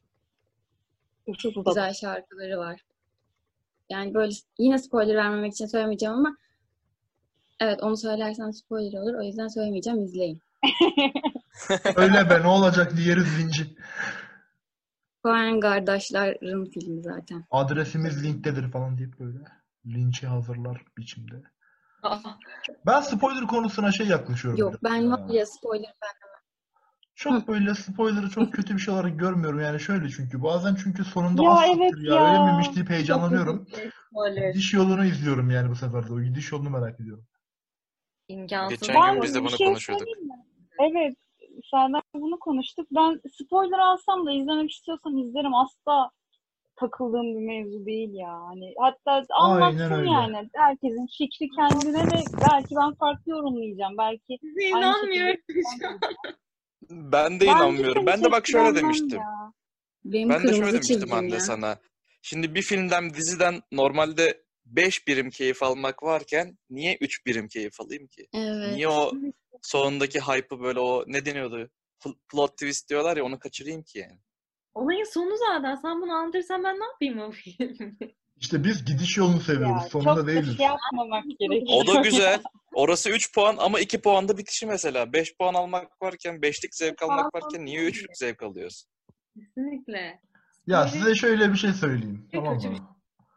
[SPEAKER 5] Çok güzel şarkıları var. Yani böyle yine spoiler vermemek için söylemeyeceğim ama evet, onu söylersen spoiler olur. O yüzden söylemeyeceğim. İzleyin.
[SPEAKER 1] Öyle be, ne olacak diyeriz linci.
[SPEAKER 5] Coen kardeşlerin filmi zaten.
[SPEAKER 1] Adresimiz linktedir falan deyip böyle linçi hazırlar biçimde.
[SPEAKER 4] Aa,
[SPEAKER 1] Ben spoiler konusuna yaklaşıyorum
[SPEAKER 5] Yok,
[SPEAKER 1] biraz
[SPEAKER 5] ben
[SPEAKER 1] ya.
[SPEAKER 5] var ya spoiler
[SPEAKER 1] Çok böyle spoiler'ı çok kötü bir şey olarak görmüyorum yani, şöyle çünkü bazen sonunda
[SPEAKER 3] Ya
[SPEAKER 1] az
[SPEAKER 3] evet
[SPEAKER 1] siktir ya
[SPEAKER 3] ya.
[SPEAKER 1] öyle miymiş deyip heyecanlanıyorum.
[SPEAKER 4] spoiler.
[SPEAKER 1] Gidiş yolunu izliyorum yani bu sefer de. O gidiş yolunu merak ediyorum.
[SPEAKER 4] İmkansız.
[SPEAKER 2] Geçen
[SPEAKER 3] Ben
[SPEAKER 2] gün biz de
[SPEAKER 3] bir
[SPEAKER 2] bunu
[SPEAKER 3] şey
[SPEAKER 2] konuşuyorduk.
[SPEAKER 3] söyleyeyim mi? Evet. Senden bunu konuştuk. Ben spoiler alsam da izlemek istiyorsam izlerim. Asla takıldığım bir mevzu değil ya. Hani hatta
[SPEAKER 1] Aynen
[SPEAKER 3] anlatsın
[SPEAKER 1] öyle.
[SPEAKER 3] yani. Herkesin fikri kendine ve belki ben farklı yorumlayacağım. Belki
[SPEAKER 4] Size
[SPEAKER 3] aynı şekilde
[SPEAKER 4] inanmıyorum şu an.
[SPEAKER 2] Ben de
[SPEAKER 3] ben
[SPEAKER 2] inanmıyorum.
[SPEAKER 3] cidden
[SPEAKER 2] Ben
[SPEAKER 3] hiç
[SPEAKER 2] de bak şöyle
[SPEAKER 3] etkilenmem
[SPEAKER 2] demiştim.
[SPEAKER 3] ya.
[SPEAKER 5] benim
[SPEAKER 2] Ben de şöyle
[SPEAKER 5] kırmızı
[SPEAKER 2] demiştim
[SPEAKER 5] çizgim
[SPEAKER 2] Hande
[SPEAKER 5] ya.
[SPEAKER 2] sana. Şimdi bir filmden, diziden normalde 5 birim keyif almak varken niye 3 birim keyif alayım ki?
[SPEAKER 5] Evet.
[SPEAKER 2] Niye o sonundaki hype'ı böyle, o ne deniyordu? Plot twist diyorlar ya, onu kaçırayım ki yani.
[SPEAKER 4] Olayın sonu zaten. Sen bunu anlatırsan ben ne yapayım o filmi?
[SPEAKER 1] İşte biz gidiş yolunu seviyoruz.
[SPEAKER 3] Ya
[SPEAKER 1] Sonunda
[SPEAKER 3] çok da
[SPEAKER 1] değiliz.
[SPEAKER 3] şey yapmamak gerekiyor.
[SPEAKER 2] O da güzel. Orası 3 puan ama 2 puan da bitişi mesela. 5 puan almak varken, 5'lik zevk almak varken niye 3'lük zevk alıyorsun?
[SPEAKER 4] Kesinlikle.
[SPEAKER 1] Ya
[SPEAKER 4] Spoiler
[SPEAKER 1] size şöyle bir şey söyleyeyim. Tamam
[SPEAKER 4] kötü bir
[SPEAKER 1] mı?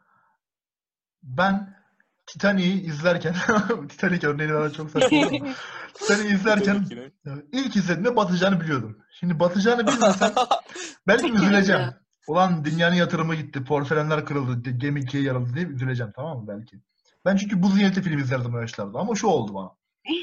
[SPEAKER 1] Ben Titanic'i izlerken Titanic örneğini bana çok saçma ama Titanic'i izlerken ilk izlediğimde batacağını biliyordum. Şimdi batacağını bilmesem belki üzüleceğim. Ulan dünyanın yatırımı gitti, porselenler kırıldı, gemi ikiye yarıldı diye üzüleceğim, tamam mı belki? Ben çünkü buz niyetli film izlerdim o yaşlarda ama şu oldu bana.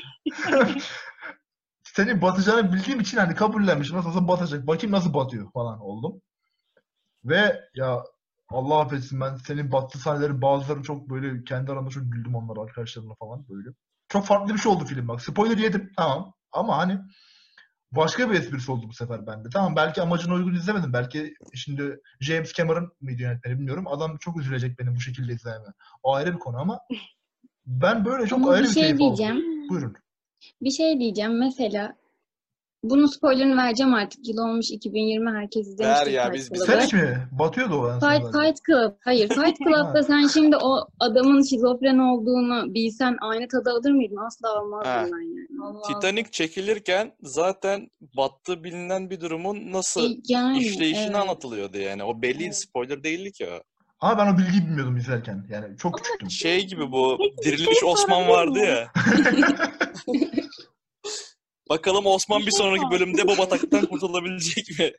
[SPEAKER 1] Titanic'in batacağını bildiğim için hani kabullenmişim. Nasıl olsa batacak. Bakayım nasıl batıyor falan oldum. Ve ya Allah affetsin, ben senin battığı sahneleri bazıları çok böyle kendi aramda çok güldüm onlara, arkadaşlarımla falan böyle. Çok farklı bir şey oldu film bak. Spoiler yedim tamam ama hani başka bir esprisi oldu bu sefer bende. Tamam, belki amacına uygun izlemedim. Belki şimdi James Cameron mıydı yönetmeni bilmiyorum. Adam çok üzülecek benim bu şekilde izlememe. O ayrı bir konu ama ben böyle çok
[SPEAKER 5] Ama
[SPEAKER 1] ayrı
[SPEAKER 5] bir
[SPEAKER 1] bir
[SPEAKER 5] şey
[SPEAKER 1] keyif aldım.
[SPEAKER 5] diyeceğim.
[SPEAKER 1] Buyurun.
[SPEAKER 5] Bir şey diyeceğim. Mesela bunun spoilerını vereceğim artık. Yıl olmuş 2020. Herkes izlemiştir
[SPEAKER 2] Ver ya,
[SPEAKER 5] Fight
[SPEAKER 2] biz
[SPEAKER 5] Club'ı.
[SPEAKER 1] Titanic mi? Batıyordu o en son galiba.
[SPEAKER 5] Fight Club. Hayır, Fight Club'da sen şimdi o adamın şizofren olduğunu bilsen aynı tadı alır mıydın? Asla almazdım
[SPEAKER 2] Ha.
[SPEAKER 5] ben yani.
[SPEAKER 4] Allah
[SPEAKER 2] Titanic çekilirken zaten battığı bilinen bir durumun nasıl
[SPEAKER 5] Yani
[SPEAKER 2] işleyişini
[SPEAKER 5] evet.
[SPEAKER 2] anlatılıyordu yani. O belliydi, spoiler değildi ki o.
[SPEAKER 1] Ama ben o bilgiyi bilmiyordum izlerken. Yani çok küçüktüm.
[SPEAKER 2] Şey gibi, bu
[SPEAKER 3] Peki, bir
[SPEAKER 2] Diriliş
[SPEAKER 3] şey
[SPEAKER 2] Osman
[SPEAKER 3] sorabilir
[SPEAKER 2] vardı
[SPEAKER 3] miyim?
[SPEAKER 2] ya. Bakalım Osman
[SPEAKER 3] Bir
[SPEAKER 2] bir
[SPEAKER 3] şey
[SPEAKER 2] sonraki
[SPEAKER 3] sor.
[SPEAKER 2] bölümde bu bataktan kurtulabilecek mi?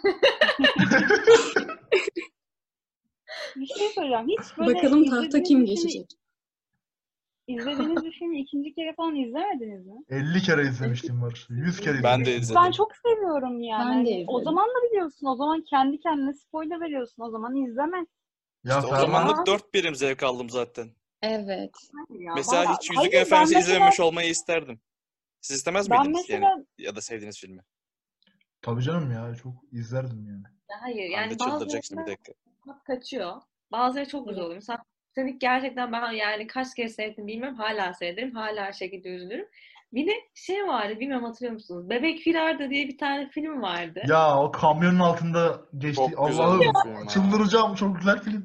[SPEAKER 3] Bir şey soracağım. Hiç böyle
[SPEAKER 5] Bakalım tahta kim geçecek?
[SPEAKER 3] İzlediğiniz bir filmi ikinci kere falan izlemediniz mi?
[SPEAKER 1] 50 kere izlemiştim var. 100 kere
[SPEAKER 2] Ben de
[SPEAKER 1] izlemiştim.
[SPEAKER 2] izledim.
[SPEAKER 3] Ben çok seviyorum yani.
[SPEAKER 5] Ben de
[SPEAKER 3] Hani o
[SPEAKER 5] izledim.
[SPEAKER 3] zaman da biliyorsun. O zaman kendi kendine spoiler veriyorsun. O zaman izleme.
[SPEAKER 1] Ya
[SPEAKER 2] İşte o
[SPEAKER 1] Ferman,
[SPEAKER 2] zamanlık 4 birim zevk aldım zaten.
[SPEAKER 5] Evet.
[SPEAKER 3] Ya
[SPEAKER 2] Mesela
[SPEAKER 3] bana-
[SPEAKER 2] hiç
[SPEAKER 3] Hayır,
[SPEAKER 2] Yüzük
[SPEAKER 3] ben
[SPEAKER 2] Efendisi
[SPEAKER 3] mesela-
[SPEAKER 2] izlememiş olmayı isterdim. Siz istemez
[SPEAKER 3] Ben
[SPEAKER 2] miydiniz yani?
[SPEAKER 3] mesela
[SPEAKER 2] Ya da sevdiğiniz filmi?
[SPEAKER 1] tabii canım ya, çok izlerdim yani.
[SPEAKER 4] Hayır
[SPEAKER 2] Ben de
[SPEAKER 4] yani
[SPEAKER 2] çıldıracak şimdi bir
[SPEAKER 4] bazıları
[SPEAKER 2] dakika.
[SPEAKER 4] kaçıyor. Bazıları çok güzel
[SPEAKER 3] Evet.
[SPEAKER 4] oluyor. Mesela Titanic gerçekten ben yani kaç kere seyrettim bilmiyorum. Hala seyrederim. Hala her şekilde üzülürüm. Bir de şey vardı, bilmiyorum hatırlıyor musunuz? Bebek Firarda diye bir tane film vardı.
[SPEAKER 1] Ya o kamyonun altında geçti.
[SPEAKER 2] Çok güzel
[SPEAKER 1] Allah'ım
[SPEAKER 2] bir film ya.
[SPEAKER 1] çıldıracağım. Çok güzel film.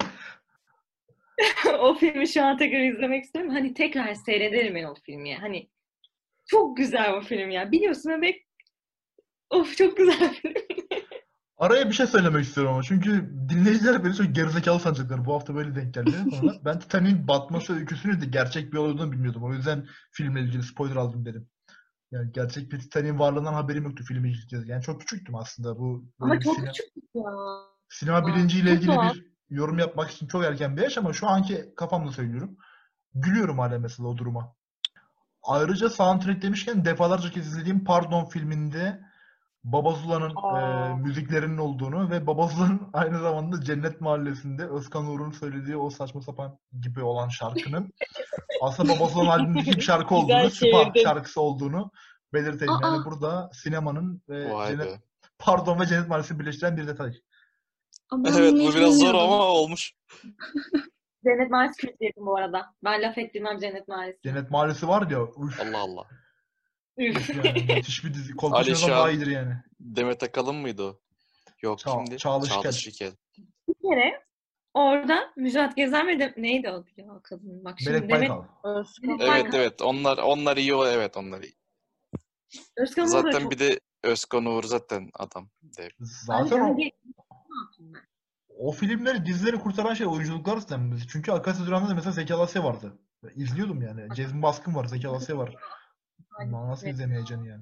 [SPEAKER 4] O filmi şu an tekrar izlemek istiyorum. Hani tekrar seyrederim ben o filmi. Hani çok güzel o film ya. Biliyorsun bebek. Of, çok güzel film.
[SPEAKER 1] Araya bir şey söylemek istiyorum ama çünkü dinleyiciler beni çok gerizekalı sanacaklar. Bu hafta böyle denk geldi bana. Ben Titanic'in batması öyküsünü de gerçek bir olay olduğunu bilmiyordum. O yüzden filmle ilgili spoiler aldım dedim. Yani gerçek bir Titanic'in varlığından haberim yoktu filmi izleyeceğiz. Yani çok küçüktüm aslında. Bu böyle
[SPEAKER 4] Ama
[SPEAKER 1] bir
[SPEAKER 4] çok küçük ya.
[SPEAKER 1] sinema bilinciyle
[SPEAKER 4] Çok
[SPEAKER 1] ilgili
[SPEAKER 4] doğal.
[SPEAKER 1] bir yorum yapmak için çok erken bir yaş ama şu anki kafamla söylüyorum. Gülüyorum hala mesela o duruma. Ayrıca soundtrack demişken defalarca kez izlediğim Pardon filminde Baba Zula'nın
[SPEAKER 3] Aa,
[SPEAKER 1] müziklerinin olduğunu ve Baba Zula'nın aynı zamanda Cennet Mahallesi'nde Özkan Uğur'un söylediği o saçma sapan gibi olan şarkının aslında Baba Zula'nın albümündeki bir şarkı olduğunu,
[SPEAKER 3] güzel
[SPEAKER 1] Sıpa
[SPEAKER 3] çevirdin.
[SPEAKER 1] şarkısı olduğunu belirteyim.
[SPEAKER 5] Aa,
[SPEAKER 1] Yani burada sinemanın ve
[SPEAKER 2] Vay
[SPEAKER 1] Cennet
[SPEAKER 2] be.
[SPEAKER 1] Pardon ve Cennet Mahallesi'ni birleştiren bir detay.
[SPEAKER 5] ben
[SPEAKER 2] Evet
[SPEAKER 5] bunu
[SPEAKER 2] bu
[SPEAKER 5] hiç
[SPEAKER 2] biraz zor ama
[SPEAKER 5] bilmiyordum.
[SPEAKER 2] olmuş.
[SPEAKER 4] Cennet Mahallesi kült bir yapım bu arada. Ben laf ettirmem Cennet Mahallesi'ne.
[SPEAKER 1] Cennet Mahallesi var ya, üf,
[SPEAKER 2] Allah Allah.
[SPEAKER 1] üf yani müthiş bir dizi. Kolpaçino'dan daha
[SPEAKER 2] Alişan,
[SPEAKER 1] iyidir yani.
[SPEAKER 2] Demet Akalın mıydı o? Yok kimdi?
[SPEAKER 1] Çağla
[SPEAKER 2] Çağla
[SPEAKER 1] Şikel.
[SPEAKER 2] Şikel.
[SPEAKER 4] Bir kere orada Müjdat Gezen ve neydi o ya o kadın? Bak şimdi
[SPEAKER 1] Melek
[SPEAKER 4] Demet
[SPEAKER 1] Baykal.
[SPEAKER 3] Özkan
[SPEAKER 2] Evet
[SPEAKER 3] Uğur.
[SPEAKER 2] evet onlar iyi evet onlar iyi.
[SPEAKER 4] Özkan Uğur da
[SPEAKER 2] Zaten
[SPEAKER 4] çok
[SPEAKER 2] bir de Özkan Uğur zaten adam. Dev.
[SPEAKER 1] Zaten
[SPEAKER 4] Öyle
[SPEAKER 1] o,
[SPEAKER 4] bir ne yapayım ben?
[SPEAKER 1] o filmleri, dizileri kurtaran şey oyunculuklar sistemi. Çünkü Akasya Duran'da da mesela Zeki Alasya vardı. İzliyordum yani. Cezmi Baskın var, Zeki Alasya var. Nasıl izlemeyeceksin yani?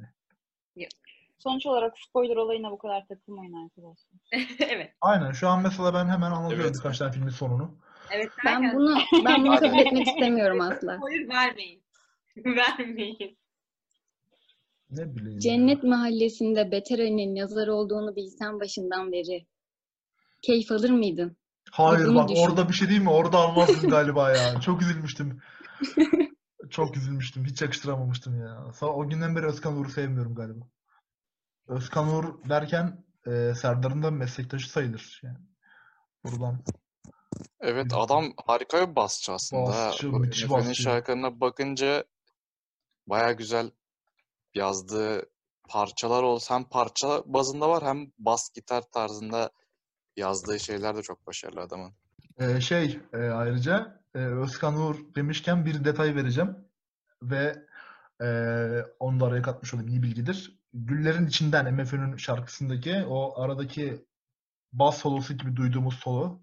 [SPEAKER 3] Sonuç olarak spoiler olayına bu kadar takılmayın arkadaşlar.
[SPEAKER 4] Evet.
[SPEAKER 1] Aynen. Şu an mesela ben hemen anlatıyorum
[SPEAKER 2] Evet.
[SPEAKER 1] birkaç tane filmin sonunu.
[SPEAKER 4] Evet
[SPEAKER 5] Ben
[SPEAKER 4] derken
[SPEAKER 5] bunu
[SPEAKER 2] Hadi.
[SPEAKER 5] kabul etmek istemiyorum asla.
[SPEAKER 4] spoiler vermeyin. Vermeyin.
[SPEAKER 1] Ne bileyim ya.
[SPEAKER 5] Cennet Mahallesi'nde Beter Ali'nin yazar olduğunu bilsen başından beri keyif alır mıydın?
[SPEAKER 1] Hayır
[SPEAKER 5] bunu
[SPEAKER 1] bak
[SPEAKER 5] düşün.
[SPEAKER 1] orada bir şey değil mi? Orada almazdım galiba ya. Çok üzülmüştüm. Çok üzülmüştüm. Hiç yakıştıramamıştım ya. O günden beri Özkan Uğur'u sevmiyorum galiba. Özkan Uğur derken Serdar'ın da meslektaşı sayılır. Yani. Buradan
[SPEAKER 2] Evet adam harika bir basçı aslında.
[SPEAKER 1] basçı,
[SPEAKER 2] Bu
[SPEAKER 1] müthiş
[SPEAKER 2] MFÖ'nün
[SPEAKER 1] basçı.
[SPEAKER 2] şarkılarına bakınca baya güzel yazdığı parçalar olsa hem parça bazında var hem bas gitar tarzında yazdığı şeyler de çok başarılı adamın.
[SPEAKER 1] Ayrıca Özkan Uğur demişken bir detay vereceğim ve onu da araya katmış olayım, iyi bilgidir. Güllerin İçinden MFÖ'nün şarkısındaki o aradaki bas solosu gibi duyduğumuz solo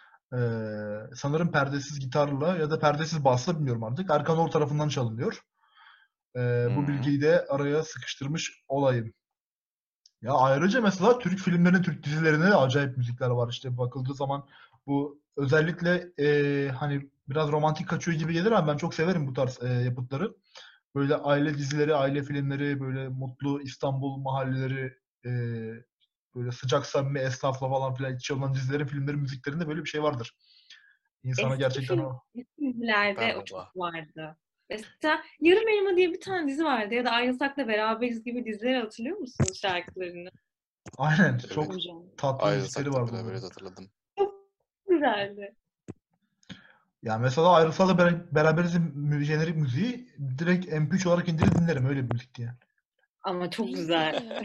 [SPEAKER 1] sanırım perdesiz gitarla ya da perdesiz basla bilmiyorum artık. Erkan Oğur tarafından çalınıyor. Bu bilgiyi de araya sıkıştırmış olayım. Ya ayrıca mesela Türk filmlerine, Türk dizilerine de acayip müzikler var. İşte bakıldığı zaman bu özellikle hani biraz romantik kaçıyor gibi gelir ama ben çok severim bu tarz yapıtları. Böyle aile dizileri, aile filmleri, böyle mutlu İstanbul mahalleleri, böyle sıcak samimi esnafla falan filan iç içe olan dizilerin, filmlerin müziklerinde böyle bir şey vardır. İnsana
[SPEAKER 4] Eski
[SPEAKER 1] gerçekten o
[SPEAKER 4] dizilerde
[SPEAKER 2] Süper
[SPEAKER 4] o
[SPEAKER 2] baba.
[SPEAKER 4] çok vardı. Mesela Yarım Elma diye bir tane dizi vardı ya da Ayrılsakla Beraberiz gibi dizileri hatırlıyor musunuz şarkılarını?
[SPEAKER 1] aynen
[SPEAKER 2] Evet.
[SPEAKER 1] çok
[SPEAKER 3] Hocam.
[SPEAKER 1] tatlı müzikleri
[SPEAKER 2] Ayrılsak da
[SPEAKER 1] vardı
[SPEAKER 2] beraberiz
[SPEAKER 1] onların.
[SPEAKER 2] hatırladım.
[SPEAKER 4] Çok güzeldi.
[SPEAKER 1] Ya mesela Ayrılsal'la Beraberiz'in jenerik müziği direkt MP3 olarak indirip dinlerim. Öyle bir müzikti yani.
[SPEAKER 4] Ama çok
[SPEAKER 5] Neyse
[SPEAKER 4] güzel.
[SPEAKER 5] ya.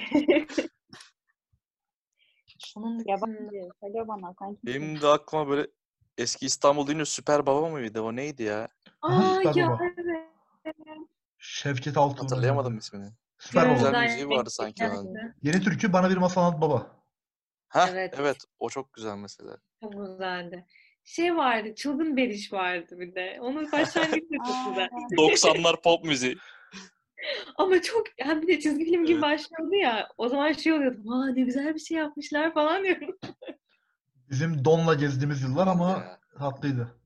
[SPEAKER 4] Onun
[SPEAKER 3] Yabancı. Söyle bana sanki.
[SPEAKER 2] Benim de aklıma böyle eski İstanbul deyince Süper Baba mıydı? O neydi ya?
[SPEAKER 1] Aha,
[SPEAKER 4] Aa
[SPEAKER 1] Süper
[SPEAKER 4] ya
[SPEAKER 1] Baba.
[SPEAKER 4] evet.
[SPEAKER 1] Şevket Altuğ'un
[SPEAKER 2] Hatırlayamadım
[SPEAKER 1] oynadığı.
[SPEAKER 2] ismini.
[SPEAKER 1] Süper
[SPEAKER 2] Güzel
[SPEAKER 1] Baba.
[SPEAKER 2] müziği vardı sanki onun.
[SPEAKER 4] Gerçekten.
[SPEAKER 1] Yeni türkü Bana Bir Masal Anlat Baba.
[SPEAKER 2] Hah
[SPEAKER 4] Evet.
[SPEAKER 2] evet o çok güzel mesela.
[SPEAKER 4] Çok güzeldi. Şey vardı, Çılgın Beriş vardı bir de. Onun başlangıcı da çok
[SPEAKER 3] Aa,
[SPEAKER 4] güzel.
[SPEAKER 2] 90'lar pop müziği.
[SPEAKER 4] Ama çok, hem bir de çizgi film gibi
[SPEAKER 2] Evet.
[SPEAKER 4] başlıyordu ya. O zaman şey oluyordu. Aa ne güzel bir şey yapmışlar falan diyorum.
[SPEAKER 1] Bizim Don'la gezdiğimiz yıllar
[SPEAKER 2] Ben de
[SPEAKER 1] ama
[SPEAKER 2] ya.
[SPEAKER 1] tatlıydı.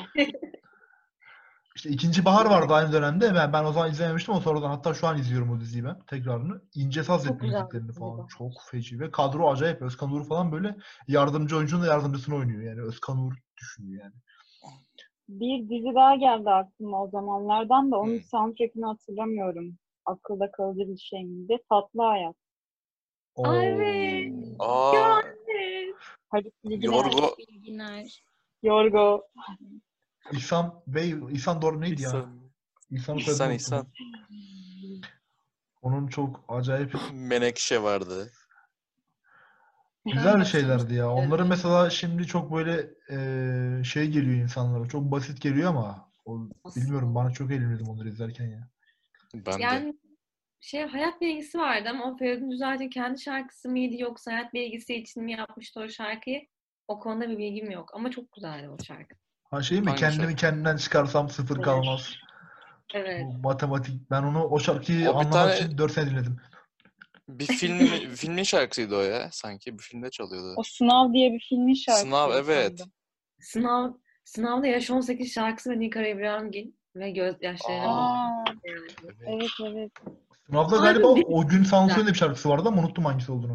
[SPEAKER 1] İşte İkinci Bahar vardı aynı dönemde. Ben o zaman izlememiştim ama sonradan hatta şu an izliyorum o diziyi ben tekrarını. İnce Saz
[SPEAKER 4] Çok
[SPEAKER 1] etti
[SPEAKER 4] güzel
[SPEAKER 1] müziklerini
[SPEAKER 4] bir
[SPEAKER 1] falan.
[SPEAKER 4] dizi bu.
[SPEAKER 1] Çok feci ve kadro acayip. Özkan Uğur falan böyle yardımcı oyuncunun da yardımcısını oynuyor. Yani Özkan Uğur düşünüyor yani.
[SPEAKER 3] bir dizi daha geldi aklıma o zamanlardan da onun
[SPEAKER 2] Hmm.
[SPEAKER 3] soundtrack'ini hatırlamıyorum. Akılda kalıcı bir şey miydi? Tatlı Hayat.
[SPEAKER 4] Aa, evet.
[SPEAKER 2] Aa,
[SPEAKER 4] Evet.
[SPEAKER 3] Halit Bilginer.
[SPEAKER 2] Yorgo
[SPEAKER 5] Bilginer.
[SPEAKER 3] Yorgo.
[SPEAKER 1] İhsan Bey, İhsan doğru neydi ya?
[SPEAKER 2] İhsan.
[SPEAKER 1] İhsan'ın soyadını
[SPEAKER 2] İhsan
[SPEAKER 1] unuttum.
[SPEAKER 2] İhsan.
[SPEAKER 1] Onun çok acayip
[SPEAKER 2] Menekşe vardı.
[SPEAKER 1] güzel
[SPEAKER 5] Ben
[SPEAKER 1] şeylerdi ya. Onların
[SPEAKER 5] başlamıştım.
[SPEAKER 1] mesela şimdi çok böyle şey geliyor insanlara. Çok basit geliyor ama bilmiyorum bana çok eğleniyordum onları izlerken ya.
[SPEAKER 2] Ben de.
[SPEAKER 4] Yani hayat bilgisi vardı ama o Feridun Düzalcı'nın kendi şarkısı mıydı yoksa hayat bilgisi için mi yapmıştı o şarkıyı? O konuda bir bilgim yok ama çok güzeldi o şarkı.
[SPEAKER 1] Ha şey mi?
[SPEAKER 2] Hangi
[SPEAKER 1] Kendimi
[SPEAKER 2] şarkı?
[SPEAKER 1] kendimden çıkarsam sıfır
[SPEAKER 4] Evet.
[SPEAKER 1] kalmaz.
[SPEAKER 4] Evet.
[SPEAKER 1] Bu matematik. Ben o şarkıyı
[SPEAKER 2] O bir
[SPEAKER 1] anlamak
[SPEAKER 2] tane
[SPEAKER 1] için 4 sene dinledim.
[SPEAKER 2] bir filmin şarkısıydı o ya. Sanki bir filmde çalıyordu.
[SPEAKER 3] O Sınav diye bir filmin
[SPEAKER 2] Sınav,
[SPEAKER 3] şarkısıydı
[SPEAKER 2] evet.
[SPEAKER 3] sanırım.
[SPEAKER 4] Sınavda Yaş 18 şarkısı ve Nilkara İbrahimgil ve gözyaşlarına
[SPEAKER 1] Aa,
[SPEAKER 4] bakıyorum.
[SPEAKER 3] Aa,
[SPEAKER 1] evet.
[SPEAKER 3] evet evet.
[SPEAKER 1] Sınavda
[SPEAKER 4] Harbi
[SPEAKER 1] galiba
[SPEAKER 4] bir
[SPEAKER 1] o gün Sansu'nun
[SPEAKER 4] güzel.
[SPEAKER 1] da bir şarkısı vardı ama unuttum hangisi olduğunu.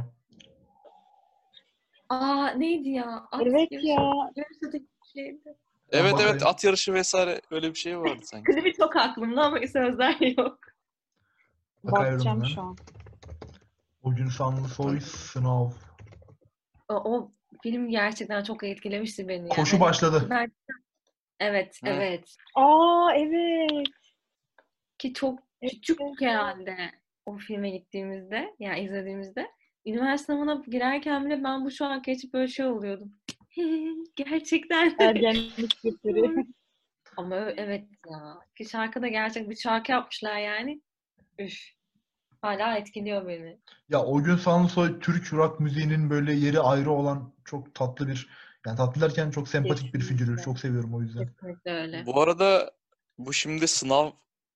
[SPEAKER 4] Neydi ya? At
[SPEAKER 3] Evet
[SPEAKER 4] yarışı.
[SPEAKER 3] ya.
[SPEAKER 4] Yarıştaki bir şeydi.
[SPEAKER 1] Ben
[SPEAKER 2] Evet
[SPEAKER 1] bakayım.
[SPEAKER 2] at yarışı vesaire öyle bir şey vardı sanki.
[SPEAKER 4] Klibi çok aklımda ama sözler yok.
[SPEAKER 1] Bakıyorum
[SPEAKER 3] Bakacağım
[SPEAKER 1] hemen.
[SPEAKER 3] şu an.
[SPEAKER 1] O gün Sansoy Sınav.
[SPEAKER 4] O film gerçekten çok etkilemişti beni ya.
[SPEAKER 1] Koşu
[SPEAKER 4] Hani
[SPEAKER 1] başladı.
[SPEAKER 4] ben evet
[SPEAKER 2] Hı.
[SPEAKER 4] evet
[SPEAKER 3] Aa evet.
[SPEAKER 4] ki çok
[SPEAKER 3] Evet,
[SPEAKER 4] küçük
[SPEAKER 3] evet.
[SPEAKER 4] herhalde o filme gittiğimizde yani izlediğimizde üniversite sınavına girerken bile ben bu şarkı açıp böyle şey oluyordum. Gerçekten.
[SPEAKER 3] Ergenlik getiri.
[SPEAKER 4] Ama evet ya. Ki şarkı da gerçek bir şarkı yapmışlar yani. Üf. Hala etkiliyor beni.
[SPEAKER 1] Ya o gün Sansoy Türk rock müziğinin böyle yeri ayrı olan çok tatlı bir, yani tatlı derken çok sempatik bir figürü.
[SPEAKER 3] Kesinlikle.
[SPEAKER 1] Çok seviyorum o yüzden.
[SPEAKER 4] Kesinlikle öyle.
[SPEAKER 2] Bu arada bu şimdi Sınav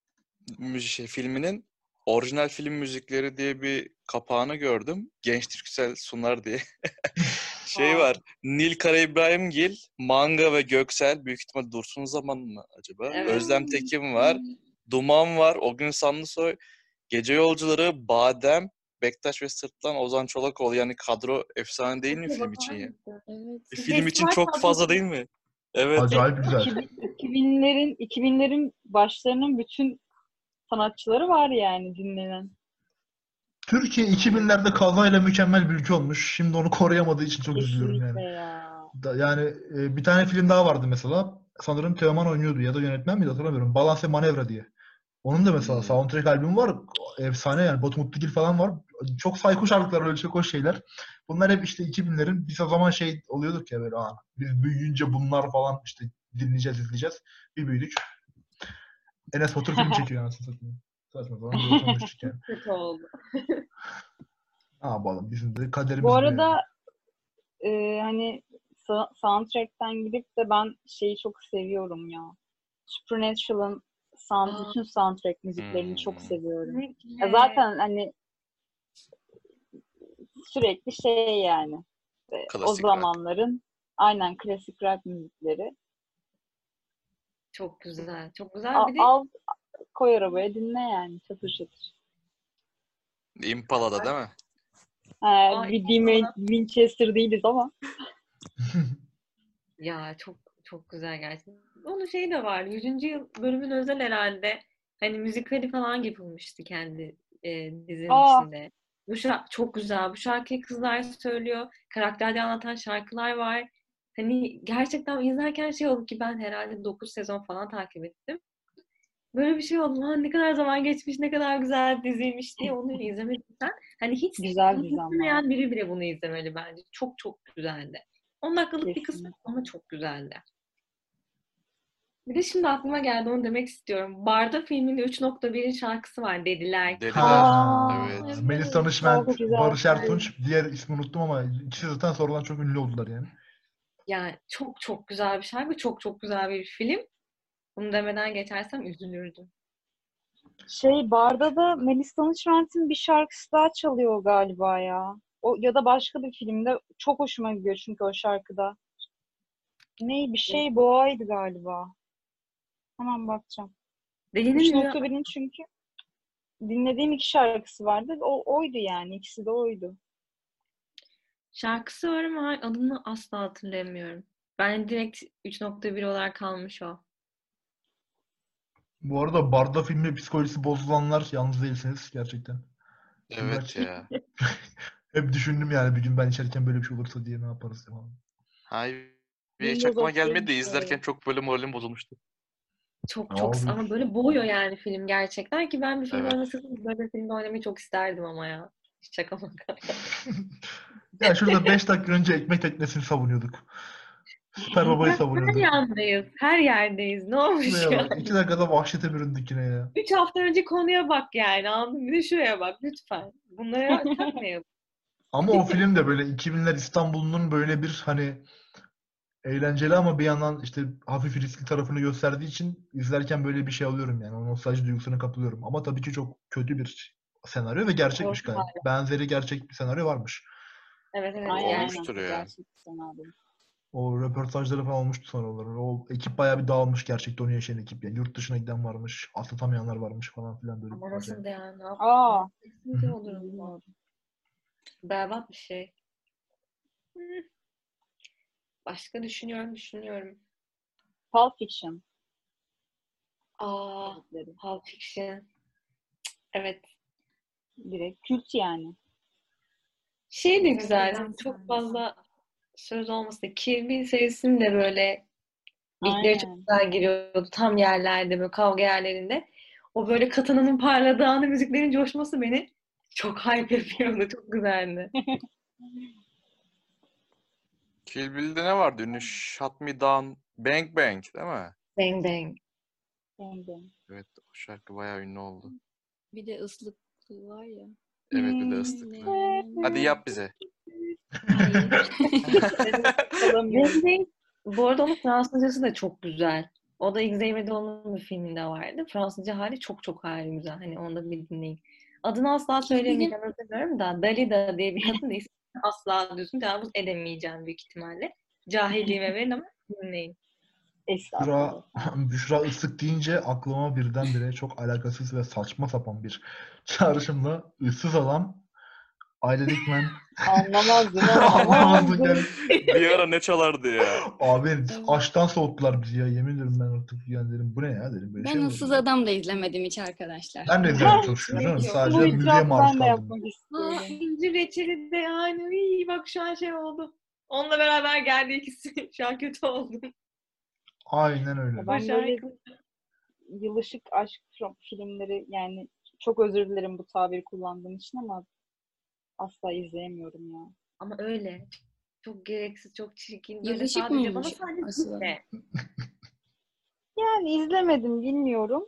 [SPEAKER 2] filminin orijinal film müzikleri diye bir kapağını gördüm. Genç Türksel sunar diye. Var. Nilkara İbrahimgil, Manga ve Göksel. Büyük ihtimal Dursun Zaman mı acaba?
[SPEAKER 4] Evet.
[SPEAKER 2] Özlem Tekin var. Duman var. O gün Sanlısoy. Gece Yolcuları, Badem, Bektaş ve Sırtlan, Ozan Çolakoğlu. Yani kadro efsane değil mi film için ya?
[SPEAKER 5] Evet.
[SPEAKER 2] Film için çok fazla değil mi? Evet.
[SPEAKER 1] Acayip güzel.
[SPEAKER 3] 2000'lerin başlarının bütün sanatçıları var yani dinlenen.
[SPEAKER 1] Türkiye 2000'lerde kazayla mükemmel bir ülke olmuş. Şimdi onu koruyamadığı için çok üzülüyorum
[SPEAKER 3] Kesinlikle
[SPEAKER 1] yani.
[SPEAKER 3] ya.
[SPEAKER 1] Yani bir tane film daha vardı mesela. Sanırım Teoman oynuyordu ya da yönetmen miydi hatırlamıyorum. Balans ve Manevra diye. Onun da mesela soundtrack albümü var. Efsane yani. Batu Mutlugil falan var. Çok sayko şarkılar, öyle çok hoş şeyler. Bunlar hep işte 2000'lerin, biz o zaman şey oluyorduk ya böyle, biz büyüyünce bunlar falan işte dinleyeceğiz, izleyeceğiz. Bir büyüdük. Enes Batur film çekiyor anasını satayım. Saçma sapan bir ortama düştük yani.
[SPEAKER 4] Kötü oldu.
[SPEAKER 1] Ne yapalım? Bizim de
[SPEAKER 3] Bu
[SPEAKER 1] kaderimiz bu yani.
[SPEAKER 3] arada hani soundtrack'ten gidip de ben şeyi çok seviyorum ya. Supernatural'ın bütün soundtrack müziklerini çok seviyorum. Ya zaten hani sürekli şey yani. O
[SPEAKER 2] Klasik rock.
[SPEAKER 3] zamanların aynen klasik rock müzikleri.
[SPEAKER 4] Çok güzel. Çok güzel. Bir de
[SPEAKER 3] Al koy arabaya dinle yani. Çatır çatır.
[SPEAKER 2] Impala'da değil mi?
[SPEAKER 3] Bildiğim Winchester değiliz ama.
[SPEAKER 4] ya çok çok güzel gerçekten. Onun şeyi de var. 100. yıl bölümün özel herhalde. Hani müzikali falan yapılmıştı kendi dizinin içinde. Bu şarkı çok güzel. Bu şarkıyı kızlar söylüyor. Karakterleri anlatan şarkılar var. Hani gerçekten izlerken şey oldu ki ben herhalde 9 sezon falan takip ettim. Böyle bir şey oldu. Lan ne kadar zaman geçmiş, ne kadar güzel diziymiş diye onu izlemediysen. Hani hiç
[SPEAKER 3] Güzel dizi ama.
[SPEAKER 4] izlemeyen biri bile bunu izlemeli bence. Çok çok güzeldi. 10 dakikalık bir kısmı
[SPEAKER 3] Kesinlikle.
[SPEAKER 4] ama çok güzeldi. Bir de şimdi aklıma geldi, onu demek istiyorum. Barda filminde 3.1'in şarkısı var, Dediler.
[SPEAKER 2] Evet.
[SPEAKER 1] Melis Danışment,
[SPEAKER 3] Çok güzel.
[SPEAKER 1] Barış Ertunç. Diğer ismi unuttum ama ikisi zaten sonradan çok ünlü oldular yani.
[SPEAKER 4] Yani çok çok güzel bir şarkı. Çok çok güzel bir film. Bunu demeden geçersem üzülürdüm.
[SPEAKER 3] Barda da Melis Danışment'in bir şarkısı daha çalıyor galiba ya. O ya da başka bir filmde çok hoşuma gidiyor çünkü o şarkıda. Bir şey boğaydı galiba. Hemen bakacağım.
[SPEAKER 4] Deli'nin Rüya...
[SPEAKER 3] 3.1'in çünkü dinlediğim 2 şarkısı vardı. Oydu yani. İkisi de oydu.
[SPEAKER 4] Şarkısı var ama adını asla hatırlamıyorum. Ben direkt 3.1 olarak kalmış o.
[SPEAKER 1] Bu arada Barda filmi psikolojisi bozulanlar yalnız değilsiniz gerçekten.
[SPEAKER 2] Evet ya.
[SPEAKER 1] Hep düşündüm yani bir gün ben içerken böyle bir şey olursa diye ne yaparız falan.
[SPEAKER 2] Hayır. Hiç aklıma gelmedi de izlerken çok böyle moralim bozulmuştu.
[SPEAKER 4] Çok
[SPEAKER 1] Abi.
[SPEAKER 4] ama böyle boğuyor yani film gerçekten ki ben bir film
[SPEAKER 2] Evet.
[SPEAKER 4] oynasaydım böyle filmde oynamayı çok isterdim ama ya. Şaka maka.
[SPEAKER 1] Ya şurada 5 dakika önce ekmek teknesini savunuyorduk. Süper Baba'yı
[SPEAKER 4] Her
[SPEAKER 1] savunuyorduk.
[SPEAKER 4] yandayız. Her yerdeyiz. Ne olmuş
[SPEAKER 1] Şuraya
[SPEAKER 4] ya?
[SPEAKER 1] bak. 2 dakikada vahşete büründük yine ya.
[SPEAKER 4] 3 hafta önce konuya bak yani. Anladın mı? Bir de şuraya bak lütfen. Bunlara takmayalım.
[SPEAKER 1] Ama o film de böyle 2000'ler İstanbul'un böyle bir hani eğlenceli ama bir yandan işte hafif riskli tarafını gösterdiği için izlerken böyle bir şey alıyorum yani. O nostalji duygusuna kapılıyorum. Ama tabii ki çok kötü bir senaryo ve gerçekmiş
[SPEAKER 3] Korku
[SPEAKER 1] galiba. Benzeri gerçek bir senaryo varmış.
[SPEAKER 4] Evet evet.
[SPEAKER 3] Aynen aynen.
[SPEAKER 2] Olmuştur ya.
[SPEAKER 3] Gerçek senaryo.
[SPEAKER 1] O röportajları falan olmuştu sonra onların. O ekip bayağı bir dağılmış gerçekten onu yaşayan ekip. Yani yurt dışına giden varmış, atlatamayanlar varmış falan filan böyle.
[SPEAKER 4] Ama
[SPEAKER 1] bir
[SPEAKER 4] nasıl
[SPEAKER 1] acayip.
[SPEAKER 4] yani? Ne
[SPEAKER 3] Aa.
[SPEAKER 4] yapayım?
[SPEAKER 1] Hı hı.
[SPEAKER 4] Olur mu?
[SPEAKER 3] Bilmiyorum.
[SPEAKER 4] Berbat bir şey. Hı. Başka düşünüyorum.
[SPEAKER 3] Pulp Fiction.
[SPEAKER 4] Aa,
[SPEAKER 3] dedikleri.
[SPEAKER 4] Pulp Fiction. Evet.
[SPEAKER 3] Direkt kült yani.
[SPEAKER 4] Şey de güzel. Hani çok fazla söz olmasa da Kill Bill serisinin de böyle beatleri çok
[SPEAKER 3] Aynen.
[SPEAKER 4] güzel giriyordu. Tam yerlerde böyle kavga yerlerinde. O böyle katananın parladığı anı müziklerin coşması beni çok hype yapıyordu. Çok güzeldi.
[SPEAKER 2] Kill Bill'de ne vardı? Ünlü Shut Me Down, Bang Bang değil mi?
[SPEAKER 4] Bang bang.
[SPEAKER 3] Bence.
[SPEAKER 2] Evet, o şarkı bayağı ünlü oldu.
[SPEAKER 5] Bir de ıslıklı var ya.
[SPEAKER 2] Evet, bir de ıslıklı. Hadi yap bize.
[SPEAKER 5] Hayır.
[SPEAKER 3] Alamıyorum.
[SPEAKER 4] Bang bang. Bu arada onun Fransızcası da çok güzel. O da Xavier Dolan'ın bir filminde vardı. Fransızca hali çok çok hali güzel. Hani onu da bir dinleyin. Adını asla söylemeyeceğim özür dilerim da Dalida diye bir kadın da ismini asla düzgün telaffuz edemeyeceğim büyük ihtimalle. Cahilliğime verin ama dinleyin.
[SPEAKER 3] Estağfurullah.
[SPEAKER 1] Büşra Islık deyince aklıma birdenbire çok alakasız ve saçma sapan bir çağrışımla ıssız adam, Aile Dikmen
[SPEAKER 3] Anlamazdım ama
[SPEAKER 1] anlamazdım
[SPEAKER 3] anlamazdım.
[SPEAKER 1] geldi.
[SPEAKER 2] Bir ara ne çalardı ya?
[SPEAKER 1] Abi
[SPEAKER 5] Evet.
[SPEAKER 1] aşktan soğuttular bizi ya. Yemin ederim ben artık yani dedim bu ne ya dedim böyle şey
[SPEAKER 5] Ben
[SPEAKER 1] mi
[SPEAKER 5] Issız
[SPEAKER 1] olur ya?
[SPEAKER 5] Adam da izlemedim hiç arkadaşlar.
[SPEAKER 1] Ben de izlemedim çok şükür canım.
[SPEAKER 3] Bu
[SPEAKER 1] Sadece müziğe
[SPEAKER 3] itirafı
[SPEAKER 1] maruz
[SPEAKER 3] ben de
[SPEAKER 1] kaldım.
[SPEAKER 3] yapmak
[SPEAKER 4] Aa,
[SPEAKER 3] istiyorum.
[SPEAKER 4] İnci reçeli de yani iyi, bak şu an şey oldu. Onunla beraber geldi ikisi. Şu an kötü oldum.
[SPEAKER 1] Aynen öyle.
[SPEAKER 3] Ya
[SPEAKER 4] O
[SPEAKER 3] ben böyle
[SPEAKER 4] şarkı.
[SPEAKER 3] yılışık aşk filmleri yani çok özür dilerim bu tabiri kullandığım için ama asla izleyemiyorum ya.
[SPEAKER 4] Ama öyle. Çok gereksiz, çok çirkin. Böyle
[SPEAKER 5] Yılışık
[SPEAKER 4] sadece bana
[SPEAKER 5] mıymış
[SPEAKER 4] sadece
[SPEAKER 5] asıl?
[SPEAKER 4] gitme.
[SPEAKER 3] Yani izlemedim, bilmiyorum.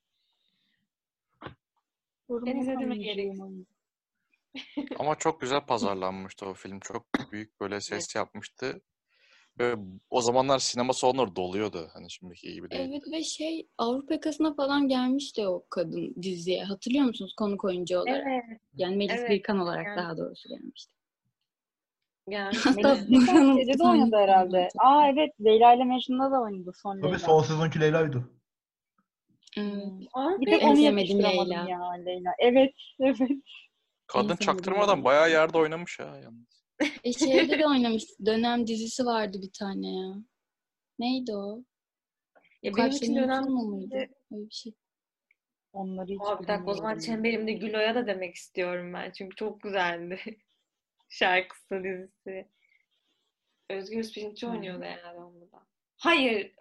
[SPEAKER 4] Ben izledim ve
[SPEAKER 3] Yapamayacağım
[SPEAKER 4] gereksiz.
[SPEAKER 3] o yüzden.
[SPEAKER 2] Ama çok güzel pazarlanmıştı o film. Çok büyük böyle ses yapmıştı. Ve o zamanlar sinema salonları doluyordu. Hani şimdiki gibi değil.
[SPEAKER 5] Evet ve Avrupa Yakası'na falan gelmişti o kadın diziye. Hatırlıyor musunuz konuk oyuncu olarak?
[SPEAKER 4] Evet,
[SPEAKER 5] Yani Melis
[SPEAKER 4] evet.
[SPEAKER 5] Birkan olarak
[SPEAKER 4] Yani,
[SPEAKER 5] daha doğrusu gelmişti.
[SPEAKER 4] yani
[SPEAKER 5] Hatta
[SPEAKER 3] Melis Birkan
[SPEAKER 5] buranın
[SPEAKER 3] şeyde de oynadı herhalde. Aa evet, Leyla ile Mecnun'da da oynadı, son
[SPEAKER 1] Tabii
[SPEAKER 3] Leyla.
[SPEAKER 1] son sezonki Leyla'ydı.
[SPEAKER 4] Avrupa
[SPEAKER 3] Bir tek
[SPEAKER 5] En
[SPEAKER 3] onu
[SPEAKER 5] sevmediğim
[SPEAKER 3] yakıştıramadım
[SPEAKER 5] Leyla.
[SPEAKER 3] ya Leyla. Evet, evet.
[SPEAKER 2] Kadın
[SPEAKER 5] sevmediğim
[SPEAKER 2] çaktırmadan
[SPEAKER 5] Leyla.
[SPEAKER 2] bayağı yerde oynamış ha yalnız.
[SPEAKER 5] Şeyde de oynamıştı. Dönem dizisi vardı bir tane ya. Neydi o?
[SPEAKER 4] Ya
[SPEAKER 5] Bu
[SPEAKER 4] benim
[SPEAKER 5] Kalp
[SPEAKER 4] için
[SPEAKER 5] Seni
[SPEAKER 4] de
[SPEAKER 5] Unutur mu
[SPEAKER 4] önemli.
[SPEAKER 5] muydu? Öyle bir şey.
[SPEAKER 3] Onları hiç
[SPEAKER 4] Aa, bir dakika, o zaman
[SPEAKER 3] bilmiyorum.
[SPEAKER 4] Çemberimde Gülo'ya da demek istiyorum ben. Çünkü çok güzeldi. Şarkısı, dizisi. Özgür Özpirinççi oynuyordu herhalde onda da. Hayır,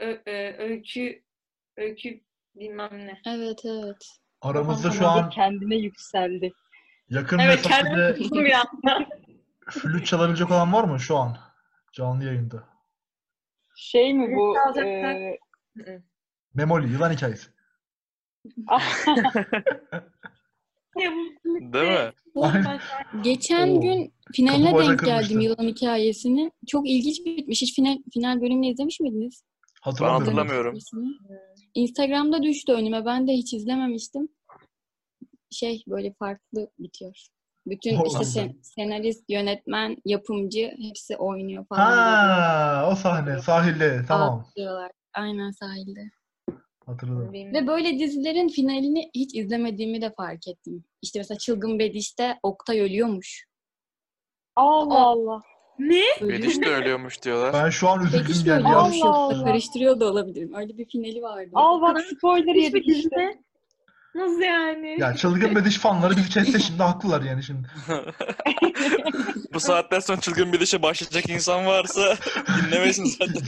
[SPEAKER 4] öykü bilmem ne.
[SPEAKER 5] Evet evet.
[SPEAKER 1] Aramızda şu
[SPEAKER 3] Tamam,
[SPEAKER 1] an
[SPEAKER 3] kendine yükseldi.
[SPEAKER 1] yakın
[SPEAKER 4] Evet, kendime
[SPEAKER 1] mesafede
[SPEAKER 4] tuttum bir anda.
[SPEAKER 1] flüt çalabilecek olan var mı şu an? Canlı yayında.
[SPEAKER 3] Şey mi bu?
[SPEAKER 4] Alacaksak. Hı.
[SPEAKER 1] Memoli, yılan hikayesi.
[SPEAKER 4] Ya bu
[SPEAKER 2] Değil mi?
[SPEAKER 1] Aynen.
[SPEAKER 5] Geçen
[SPEAKER 1] Oo.
[SPEAKER 5] gün
[SPEAKER 1] Kapı
[SPEAKER 5] finaline
[SPEAKER 1] baca
[SPEAKER 5] denk geldim
[SPEAKER 1] kırmıştı.
[SPEAKER 5] yılan hikayesini. Çok ilginç bitmiş. Hiç final bölümünü izlemiş miydiniz?
[SPEAKER 2] Ben
[SPEAKER 1] Hatırlamıyorum.
[SPEAKER 2] hatırlamıyorum.
[SPEAKER 5] Instagram'da düştü önüme. Ben de hiç izlememiştim. Böyle farklı bitiyor. Bütün
[SPEAKER 1] Allah
[SPEAKER 5] işte
[SPEAKER 1] Allah.
[SPEAKER 5] senarist, yönetmen, yapımcı hepsi oynuyor falan.
[SPEAKER 1] Ha, o sahne sahilde tamam.
[SPEAKER 5] Ağlıyorlar. Aynen sahilde.
[SPEAKER 1] Hatırladım.
[SPEAKER 5] Ve böyle dizilerin finalini hiç izlemediğimi de fark ettim. İşte mesela Çılgın Bediş'te Oktay ölüyormuş.
[SPEAKER 3] Allah Allah.
[SPEAKER 4] Ne?
[SPEAKER 2] Bediş de ölüyormuş diyorlar.
[SPEAKER 1] Ben şu an
[SPEAKER 5] Bediş
[SPEAKER 1] üzüldüm
[SPEAKER 5] de
[SPEAKER 1] yani.
[SPEAKER 5] ölüyormuş,
[SPEAKER 3] Allah
[SPEAKER 5] yoksa
[SPEAKER 3] Allah.
[SPEAKER 5] karıştırıyor da olabilirim. Öyle bir finali vardı.
[SPEAKER 3] Al bak,
[SPEAKER 4] kadar
[SPEAKER 3] spoiler
[SPEAKER 4] Hiçbir
[SPEAKER 3] yedik işte.
[SPEAKER 4] dizide. Nasıl yani?
[SPEAKER 1] Ya Çılgın Bediş fanları bizi chatte şimdi haklılar yani şimdi.
[SPEAKER 2] Bu saatten sonra çılgın bir işe başlayacak insan varsa dinlemesin zaten.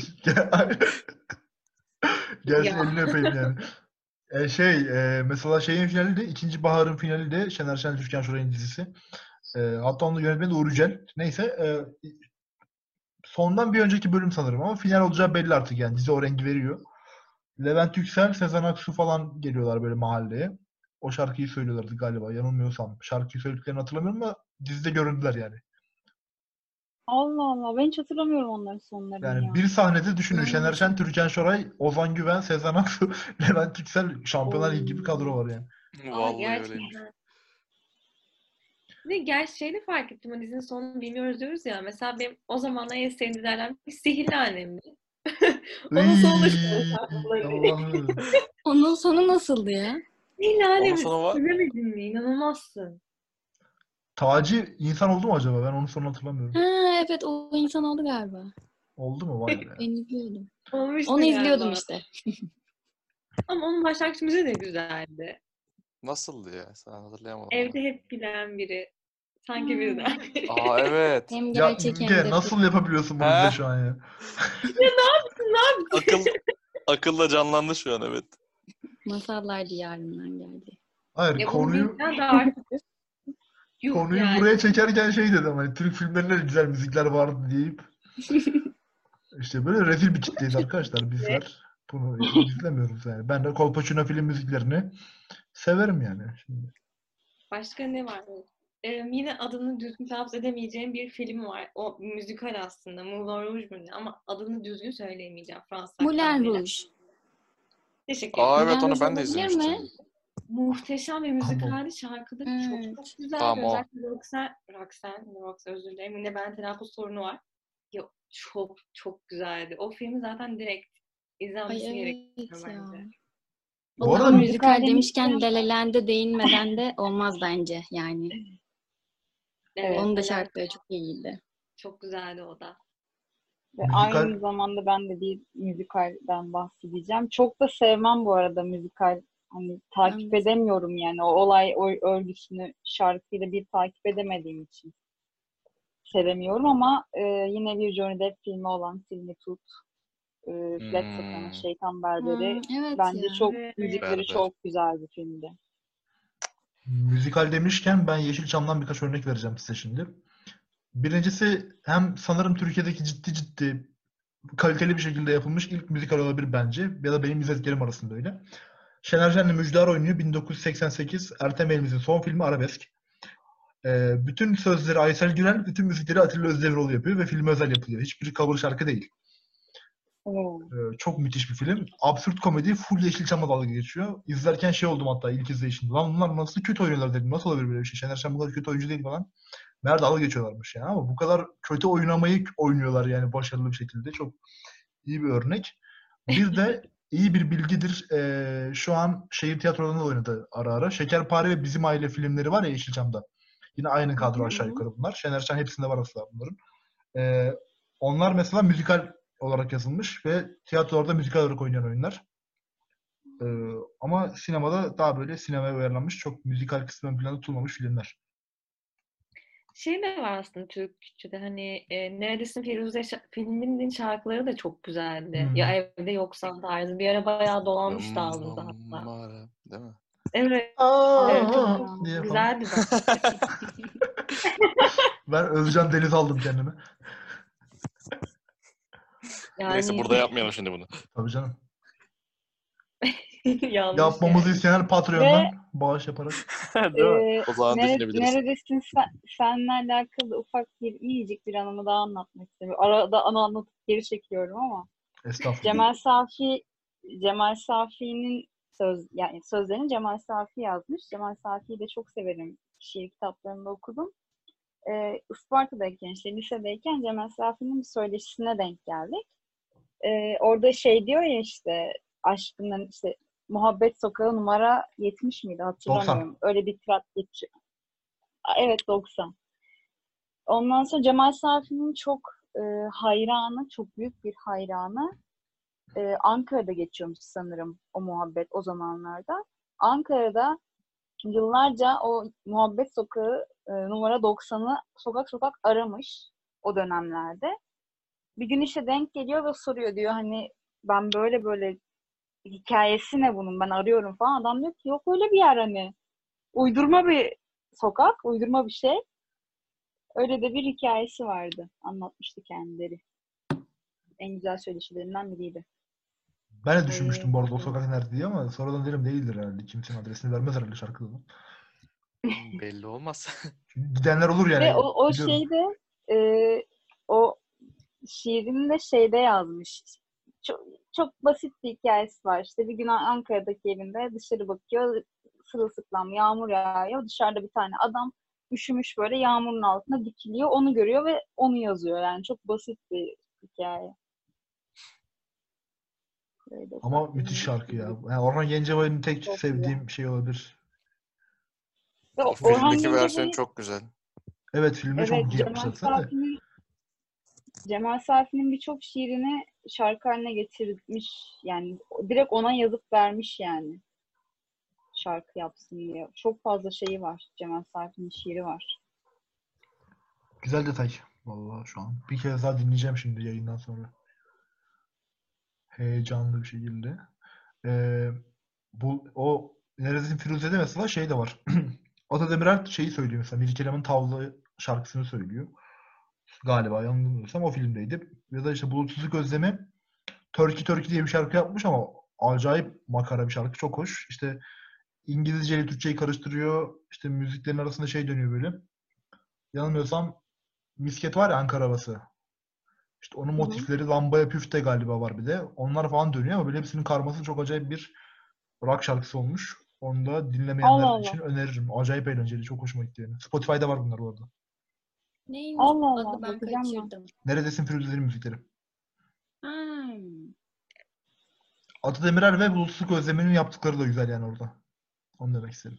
[SPEAKER 1] Gelsin
[SPEAKER 4] Ya.
[SPEAKER 1] elini öpeyim yani. Mesela şeyin finali de ikinci Bahar'ın finali de Şener Şen Türkan Şoray'ın dizisi. Hatta onun yönetmeni de Uğur Yücel. Neyse sondan bir önceki bölüm sanırım ama final olacağı belli artık yani. Dizi o rengi veriyor. Levent Yüksel, Sezen Aksu falan geliyorlar böyle mahalleye. O şarkıyı söylüyorlardı galiba yanılmıyorsam. Şarkıyı söylediklerini hatırlamıyorum ama dizide göründüler yani.
[SPEAKER 3] Allah Allah. Ben hiç hatırlamıyorum onların sonlarını
[SPEAKER 1] Yani
[SPEAKER 3] ya.
[SPEAKER 1] bir sahnede düşünün Şener Şen,
[SPEAKER 5] Hmm.
[SPEAKER 1] Türkan Şoray, Ozan Güven, Sezen Aksu, Levent Yüksel, Şampiyonlar Ligi gibi kadro
[SPEAKER 5] Oo.
[SPEAKER 1] var yani.
[SPEAKER 2] Vallahi öyleymiş.
[SPEAKER 4] Gerçekten. Ve gerçi şeyi fark ettim. Dizinin sonunu bilmiyoruz diyoruz ya. Mesela benim o zamanlar en sevdiğim dizilerden bir Sihirli Annem'di. Onun sonu da şöyle
[SPEAKER 1] Iiii,
[SPEAKER 4] şarkıları.
[SPEAKER 1] Allah'ım.
[SPEAKER 5] Onun sonu nasıldı ya?
[SPEAKER 4] Sihirli
[SPEAKER 2] Onun
[SPEAKER 4] Annem'i
[SPEAKER 2] sonu var.
[SPEAKER 4] sevemedin mi? İnanılmazsın.
[SPEAKER 1] Taci insan oldu mu acaba? Ben onun sonunu hatırlamıyorum.
[SPEAKER 5] Ha evet, o insan oldu galiba.
[SPEAKER 1] Oldu mu? Vay be.
[SPEAKER 5] Ben izliyordum.
[SPEAKER 4] Olmuştu
[SPEAKER 5] Onu izliyordum
[SPEAKER 4] galiba.
[SPEAKER 5] işte.
[SPEAKER 4] Ama onun başlangıç müziği de güzeldi.
[SPEAKER 2] Nasıldı ya? Sen hatırlayamadım
[SPEAKER 4] Evde
[SPEAKER 2] onu.
[SPEAKER 4] hep bilen biri. Sanki birden.
[SPEAKER 2] Aa evet.
[SPEAKER 5] Hem
[SPEAKER 1] Ya
[SPEAKER 5] gerçek hem
[SPEAKER 1] İlge
[SPEAKER 5] de
[SPEAKER 1] nasıl yapabiliyorsun bunu
[SPEAKER 2] He?
[SPEAKER 1] bize şu an ya?
[SPEAKER 2] Akılla canlandı şu an evet.
[SPEAKER 5] masallar diyarından geldi.
[SPEAKER 1] Hayır
[SPEAKER 4] Ya bunu
[SPEAKER 1] konuyu
[SPEAKER 4] bilsen de artık yuh
[SPEAKER 1] konuyu
[SPEAKER 4] yani.
[SPEAKER 1] buraya çekerken şey dedim hani Türk filmlerinde de güzel müzikler vardı deyip işte böyle rezil bir kitleyiz arkadaşlar bizler. Bunu izlemiyoruz yani. Ben de Kolpaçino film müziklerini severim yani. Şimdi.
[SPEAKER 4] Başka ne var? Yine adını düzgün telaffuz edemeyeceğim bir film var. O müzikal aslında. Moulin Rouge mu ne? Ama adını düzgün söyleyemeyeceğim. Fransız
[SPEAKER 5] Moulin
[SPEAKER 4] aksanıyla.
[SPEAKER 5] Rouge.
[SPEAKER 4] Teşekkür
[SPEAKER 2] Aa
[SPEAKER 4] ederim.
[SPEAKER 2] evet
[SPEAKER 5] Moulin
[SPEAKER 2] onu
[SPEAKER 5] Rouge
[SPEAKER 2] ben de
[SPEAKER 5] olabilir
[SPEAKER 2] izlemiştim.
[SPEAKER 5] mi?
[SPEAKER 4] Muhteşem ve
[SPEAKER 1] Ama
[SPEAKER 4] müzikali şarkıları çok
[SPEAKER 5] Evet.
[SPEAKER 4] çok güzeldi.
[SPEAKER 2] Tamam o.
[SPEAKER 4] Özellikle Roxanne özür dilerim. Yine ben telaffuz sorunu var. Ya, çok çok güzeldi. O filmi zaten direkt
[SPEAKER 5] Ay
[SPEAKER 4] izlenmesi
[SPEAKER 5] evet
[SPEAKER 4] gerekiyor
[SPEAKER 5] ya.
[SPEAKER 4] bence.
[SPEAKER 1] bu
[SPEAKER 5] Ama
[SPEAKER 1] arada
[SPEAKER 5] müzikal
[SPEAKER 3] müzikal
[SPEAKER 5] demişken
[SPEAKER 3] demişken
[SPEAKER 5] La La Land'e değinmeden de olmaz bence yani.
[SPEAKER 4] Evet,
[SPEAKER 5] Onun da
[SPEAKER 4] Alen
[SPEAKER 5] şarkıları çok iyiydi.
[SPEAKER 4] çok güzeldi o da.
[SPEAKER 3] ve
[SPEAKER 1] müzikal
[SPEAKER 3] aynı zamanda ben de bir müzikalden bahsedeceğim. Çok da sevmem bu arada müzikal. Hani
[SPEAKER 5] Ben
[SPEAKER 3] takip
[SPEAKER 5] de
[SPEAKER 3] edemiyorum yani. O olay, o örgüsünü şarkıyla bir takip edemediğim için sevemiyorum ama yine bir Johnny Depp filmi olan Sweeney Todd, Flat Sacco'nun
[SPEAKER 2] Hmm,
[SPEAKER 3] Şeytan Berberi
[SPEAKER 5] evet
[SPEAKER 3] bence
[SPEAKER 5] ya.
[SPEAKER 3] çok
[SPEAKER 4] Evet.
[SPEAKER 3] müzikleri
[SPEAKER 2] Berber.
[SPEAKER 3] çok güzel bir filmdi.
[SPEAKER 1] müzikal demişken ben Yeşilçam'dan birkaç örnek vereceğim size şimdi. Birincisi hem sanırım Türkiye'deki ciddi kaliteli bir şekilde yapılmış ilk müzikal olabilir bence. Ya da benim izlediklerim arasında öyle. Şener Şen'le Müjdar oynuyor. 1988 Ertem Elimizin son filmi Arabesk. Bütün sözleri Aysel Gürel, bütün müzikleri Atilla Özdemiroğlu yapıyor ve filme özel yapılıyor. Hiçbiri cover şarkı değil.
[SPEAKER 3] Oo.
[SPEAKER 1] Çok müthiş bir film. Absürt komedi, full Yeşilçam'la dalga geçiyor. İzlerken şey oldum hatta ilk izleyişimde. Lan bunlar nasıl kötü oynuyorlar dedim. Nasıl olabilir böyle bir şey? Şener Şen bu kadar kötü oyuncu değil falan. Meğer dalga geçiyorlarmış yani. Ama bu kadar kötü oynamayı oynuyorlar yani başarılı bir şekilde. Çok iyi bir örnek. Bir de iyi bir bilgidir. Şu an şehir tiyatrolarında da oynadı ara ara. Şekerpare ve Bizim Aile filmleri var ya Yeşilçam'da. Yine aynı kadro
[SPEAKER 3] Hı hı.
[SPEAKER 1] aşağı yukarı bunlar. Şener Şen hepsinde var aslında bunların. Ee, Onlar mesela müzikal olarak yazılmış ve tiyatrolarda müzikal olarak oynayan oyunlar. Ee, Ama sinemada daha böyle sinemaya uyarlanmış, çok müzikal kısmı ön planda tutulmamış filmler.
[SPEAKER 4] Şey de var aslında Türkçe'de hani Neredesin Firuze filminin şarkıları da çok güzeldi. Ya Evde Yoksan tarzı. Bir ara bayağı dolanmıştı ağzımda hatta.
[SPEAKER 2] Mara, değil mi?
[SPEAKER 4] Evet, evet çok
[SPEAKER 3] Ya.
[SPEAKER 1] Diye falan.
[SPEAKER 4] güzeldi bence.
[SPEAKER 1] Ben Özcan Deniz aldım kendime.
[SPEAKER 2] Neyse
[SPEAKER 4] Yani
[SPEAKER 2] burada yapmayalım şimdi bunu.
[SPEAKER 1] Tabii canım.
[SPEAKER 4] yanlış
[SPEAKER 1] Yapmamızı
[SPEAKER 4] yani.
[SPEAKER 1] isteyenler
[SPEAKER 3] Ve
[SPEAKER 1] Patreon'dan bağış yaparak.
[SPEAKER 2] Değil mi? O zaman düşünebiliriz.
[SPEAKER 3] neredesin senle alakalı ufak bir minicik bir anımı daha anlatmak istiyorum. Arada anı anlatıp geri çekiyorum ama
[SPEAKER 1] Estağfurullah.
[SPEAKER 3] Cemal Safi'nin yani sözlerini Cemal Safi yazmış. Cemal Safi'yi de çok severim. Şiir kitaplarında okudum. Isparta'dayken işte lisedeyken Cemal Safi'nin bir söyleşisine denk geldik. Orada şey diyor ya işte aşkının işte Muhabbet Sokağı numara 70 miydi
[SPEAKER 1] 90.
[SPEAKER 3] hatırlamıyorum. Öyle bir tirat geçiyor. Evet 90. Ondan sonra Cemal Safi'nin çok hayranı, çok büyük bir hayranı. Ankara'da geçiyormuş sanırım o muhabbet o zamanlarda. Ankara'da yıllarca o Muhabbet Sokağı numara 90'ı sokak sokak aramış o dönemlerde. Bir gün işe denk geliyor ve soruyor diyor hani ben böyle böyle hikayesi ne bunun ben arıyorum falan. Adam diyor ki yok öyle bir yer hani. Uydurma bir sokak, uydurma bir şey. Öyle de bir hikayesi vardı. Anlatmıştı kendileri. en güzel söyleşilerinden biriydi.
[SPEAKER 1] Ben de düşünmüştüm bu arada o sokak nerede diye ama sonradan dedim değildir herhalde. Kimsenin adresini vermez herhalde şarkıda da.
[SPEAKER 2] Belli olmaz.
[SPEAKER 1] Çünkü gidenler olur
[SPEAKER 3] Ve
[SPEAKER 1] yani.
[SPEAKER 3] o
[SPEAKER 1] Biliyorum.
[SPEAKER 3] şeyde o şiirini de şeyde yazmış. Çok, çok basit bir hikayesi var. İşte bir gün Ankara'daki evinde dışarı bakıyor. Sırılsıklam yağmur yağıyor. Dışarıda bir tane adam üşümüş böyle yağmurun altına dikiliyor. Onu görüyor ve onu yazıyor. Yani çok basit bir hikaye. Böyle
[SPEAKER 1] Ama
[SPEAKER 3] ufak bir
[SPEAKER 1] müthiş
[SPEAKER 3] minik
[SPEAKER 1] şarkı
[SPEAKER 3] bir
[SPEAKER 1] ya.
[SPEAKER 3] grup.
[SPEAKER 1] Yani Orhan Gencebay'ın tek
[SPEAKER 3] Çok
[SPEAKER 1] sevdiğim şey olabilir.
[SPEAKER 3] Ve
[SPEAKER 2] O
[SPEAKER 3] Orhan
[SPEAKER 2] filmdeki versiyon
[SPEAKER 3] Gencebay'ın
[SPEAKER 2] çok güzel.
[SPEAKER 1] Evet filmde
[SPEAKER 3] evet
[SPEAKER 1] çok iyi yapmışlar sen de.
[SPEAKER 3] Cemal Safi'nin birçok şiirini şarkı haline getirmiş. Yani direkt ona yazıp vermiş yani. Şarkı yapsın diye. Çok fazla şeyi var. Cemal Safi'nin şiiri var.
[SPEAKER 1] Güzel detay. Vallahi şu an. Bir kez daha dinleyeceğim şimdi yayından sonra. Heyecanlı bir şekilde. Ee, o Neredesin Firuze'de mesela şey de var. Ata Demirer şeyi söylüyor mesela. Mirkelam'ın Tavla şarkısını söylüyor. Galiba yanılmıyorsam o filmdeydi. Ya da işte Bulutsuzluk Özlemi Turkey Turkey diye bir şarkı yapmış ama acayip makara bir şarkı. Çok hoş. İşte İngilizce ile Türkçeyi karıştırıyor. İşte müziklerin arasında şey dönüyor böyle. Yanılmıyorsam misket var ya Ankara havası. İşte onun
[SPEAKER 3] Hı hı.
[SPEAKER 1] motifleri Lambaya Püfte galiba var bir de. Onlar falan dönüyor ama böyle hepsinin karması çok acayip bir rock şarkısı olmuş. Onu da
[SPEAKER 3] Allah
[SPEAKER 1] dinlemeyenler
[SPEAKER 3] Allah.
[SPEAKER 1] için öneririm. Acayip eğlenceli. Çok hoşuma gitti yani. Spotify'da var bunlar bu arada.
[SPEAKER 5] Neymiş
[SPEAKER 3] Allah Allah.
[SPEAKER 5] adı, ben
[SPEAKER 3] Bakacağım ben.
[SPEAKER 5] kaçırdım.
[SPEAKER 1] Neredesin Firuze'nin müzikleri.
[SPEAKER 5] Hmm.
[SPEAKER 1] Ata Demirer ve Bulutsuzluk Özlemi'nin yaptıkları da güzel yani orada. Onu demek istedim.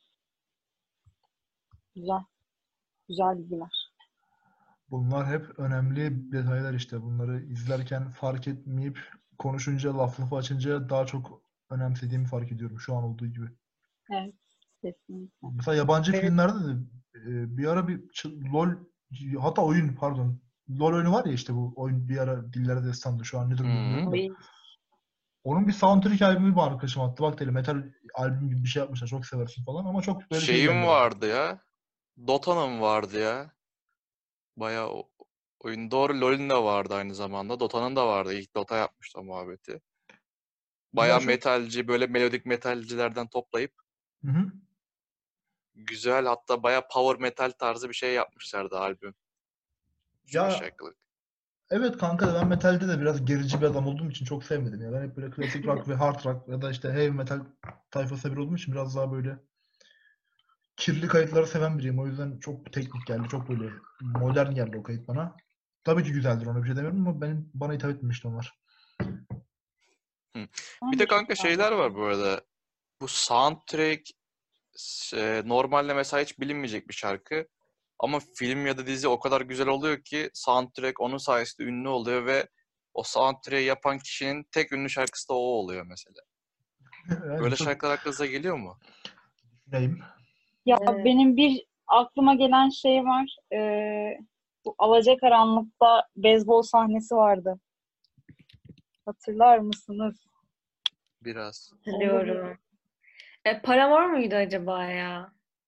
[SPEAKER 3] Güzel. Güzel bilgiler.
[SPEAKER 1] Bunlar hep önemli detaylar işte. Bunları izlerken fark etmeyip konuşunca, lafı açınca daha çok önemsediğimi fark ediyorum şu an olduğu gibi.
[SPEAKER 3] Evet. Kesinlikle.
[SPEAKER 1] Mesela yabancı
[SPEAKER 4] Evet.
[SPEAKER 1] filmlerde de bir ara bir LOL hatta oyun pardon. LOL oyunu var ya işte bu oyun bir ara dillere destandı şu an ne durumda bilmiyorum da.
[SPEAKER 3] Ay,
[SPEAKER 1] Onun bir soundtrack albümü var arkadaşım attı. Bak dedi metal albüm gibi bir şey yapmışlar. Çok seversin falan ama çok böyle şey geldi
[SPEAKER 2] Şeyim
[SPEAKER 1] bana.
[SPEAKER 2] vardı ya. Dota'nın vardı ya. Bayağı oyun. Doğru, LoL'ün de vardı aynı zamanda. Dota'nın da vardı. İlk Dota yapmıştı o muhabbeti.
[SPEAKER 1] Ya
[SPEAKER 2] Bayağı
[SPEAKER 1] çok
[SPEAKER 2] metalci, böyle melodik metalcilerden toplayıp
[SPEAKER 1] hı hı.
[SPEAKER 2] güzel, hatta bayağı power metal tarzı bir şey yapmışlardı albüm. 3-5
[SPEAKER 1] Ya
[SPEAKER 2] şarkılık.
[SPEAKER 1] evet kanka ben metalde de biraz gerici bir adam olduğum için çok sevmedim ya. Ben hep böyle klasik rock ve hard rock ya da işte heavy metal tayfasına bir olduğum için biraz daha böyle kirli kayıtları seven biriyim. O yüzden çok teknik geldi. Çok böyle modern geldi o kayıt bana. Tabii ki güzeldir ona bir şey demiyorum ama bana hitap etmemişti onlar.
[SPEAKER 2] Hı. Bir
[SPEAKER 3] ben
[SPEAKER 2] de
[SPEAKER 3] de çok
[SPEAKER 2] kanka şeyler var
[SPEAKER 3] beğendim.
[SPEAKER 2] bu arada. Bu soundtrack normalde mesela hiç bilinmeyecek bir şarkı. Ama film ya da dizi o kadar güzel oluyor ki soundtrack onun sayesinde ünlü oluyor ve o soundtrack'i yapan kişinin tek ünlü şarkısı da o oluyor mesela.
[SPEAKER 1] Yani
[SPEAKER 2] Böyle
[SPEAKER 1] çok
[SPEAKER 2] şarkılar aklınıza geliyor mu?
[SPEAKER 1] neyim?
[SPEAKER 3] Ya
[SPEAKER 4] Evet.
[SPEAKER 3] benim bir aklıma gelen şey var. Bu Alacakaranlık'ta beyzbol sahnesi vardı. Hatırlar mısınız?
[SPEAKER 2] Biraz.
[SPEAKER 3] Onda bir
[SPEAKER 4] Hatırlıyorum. Paramore muydu acaba ya?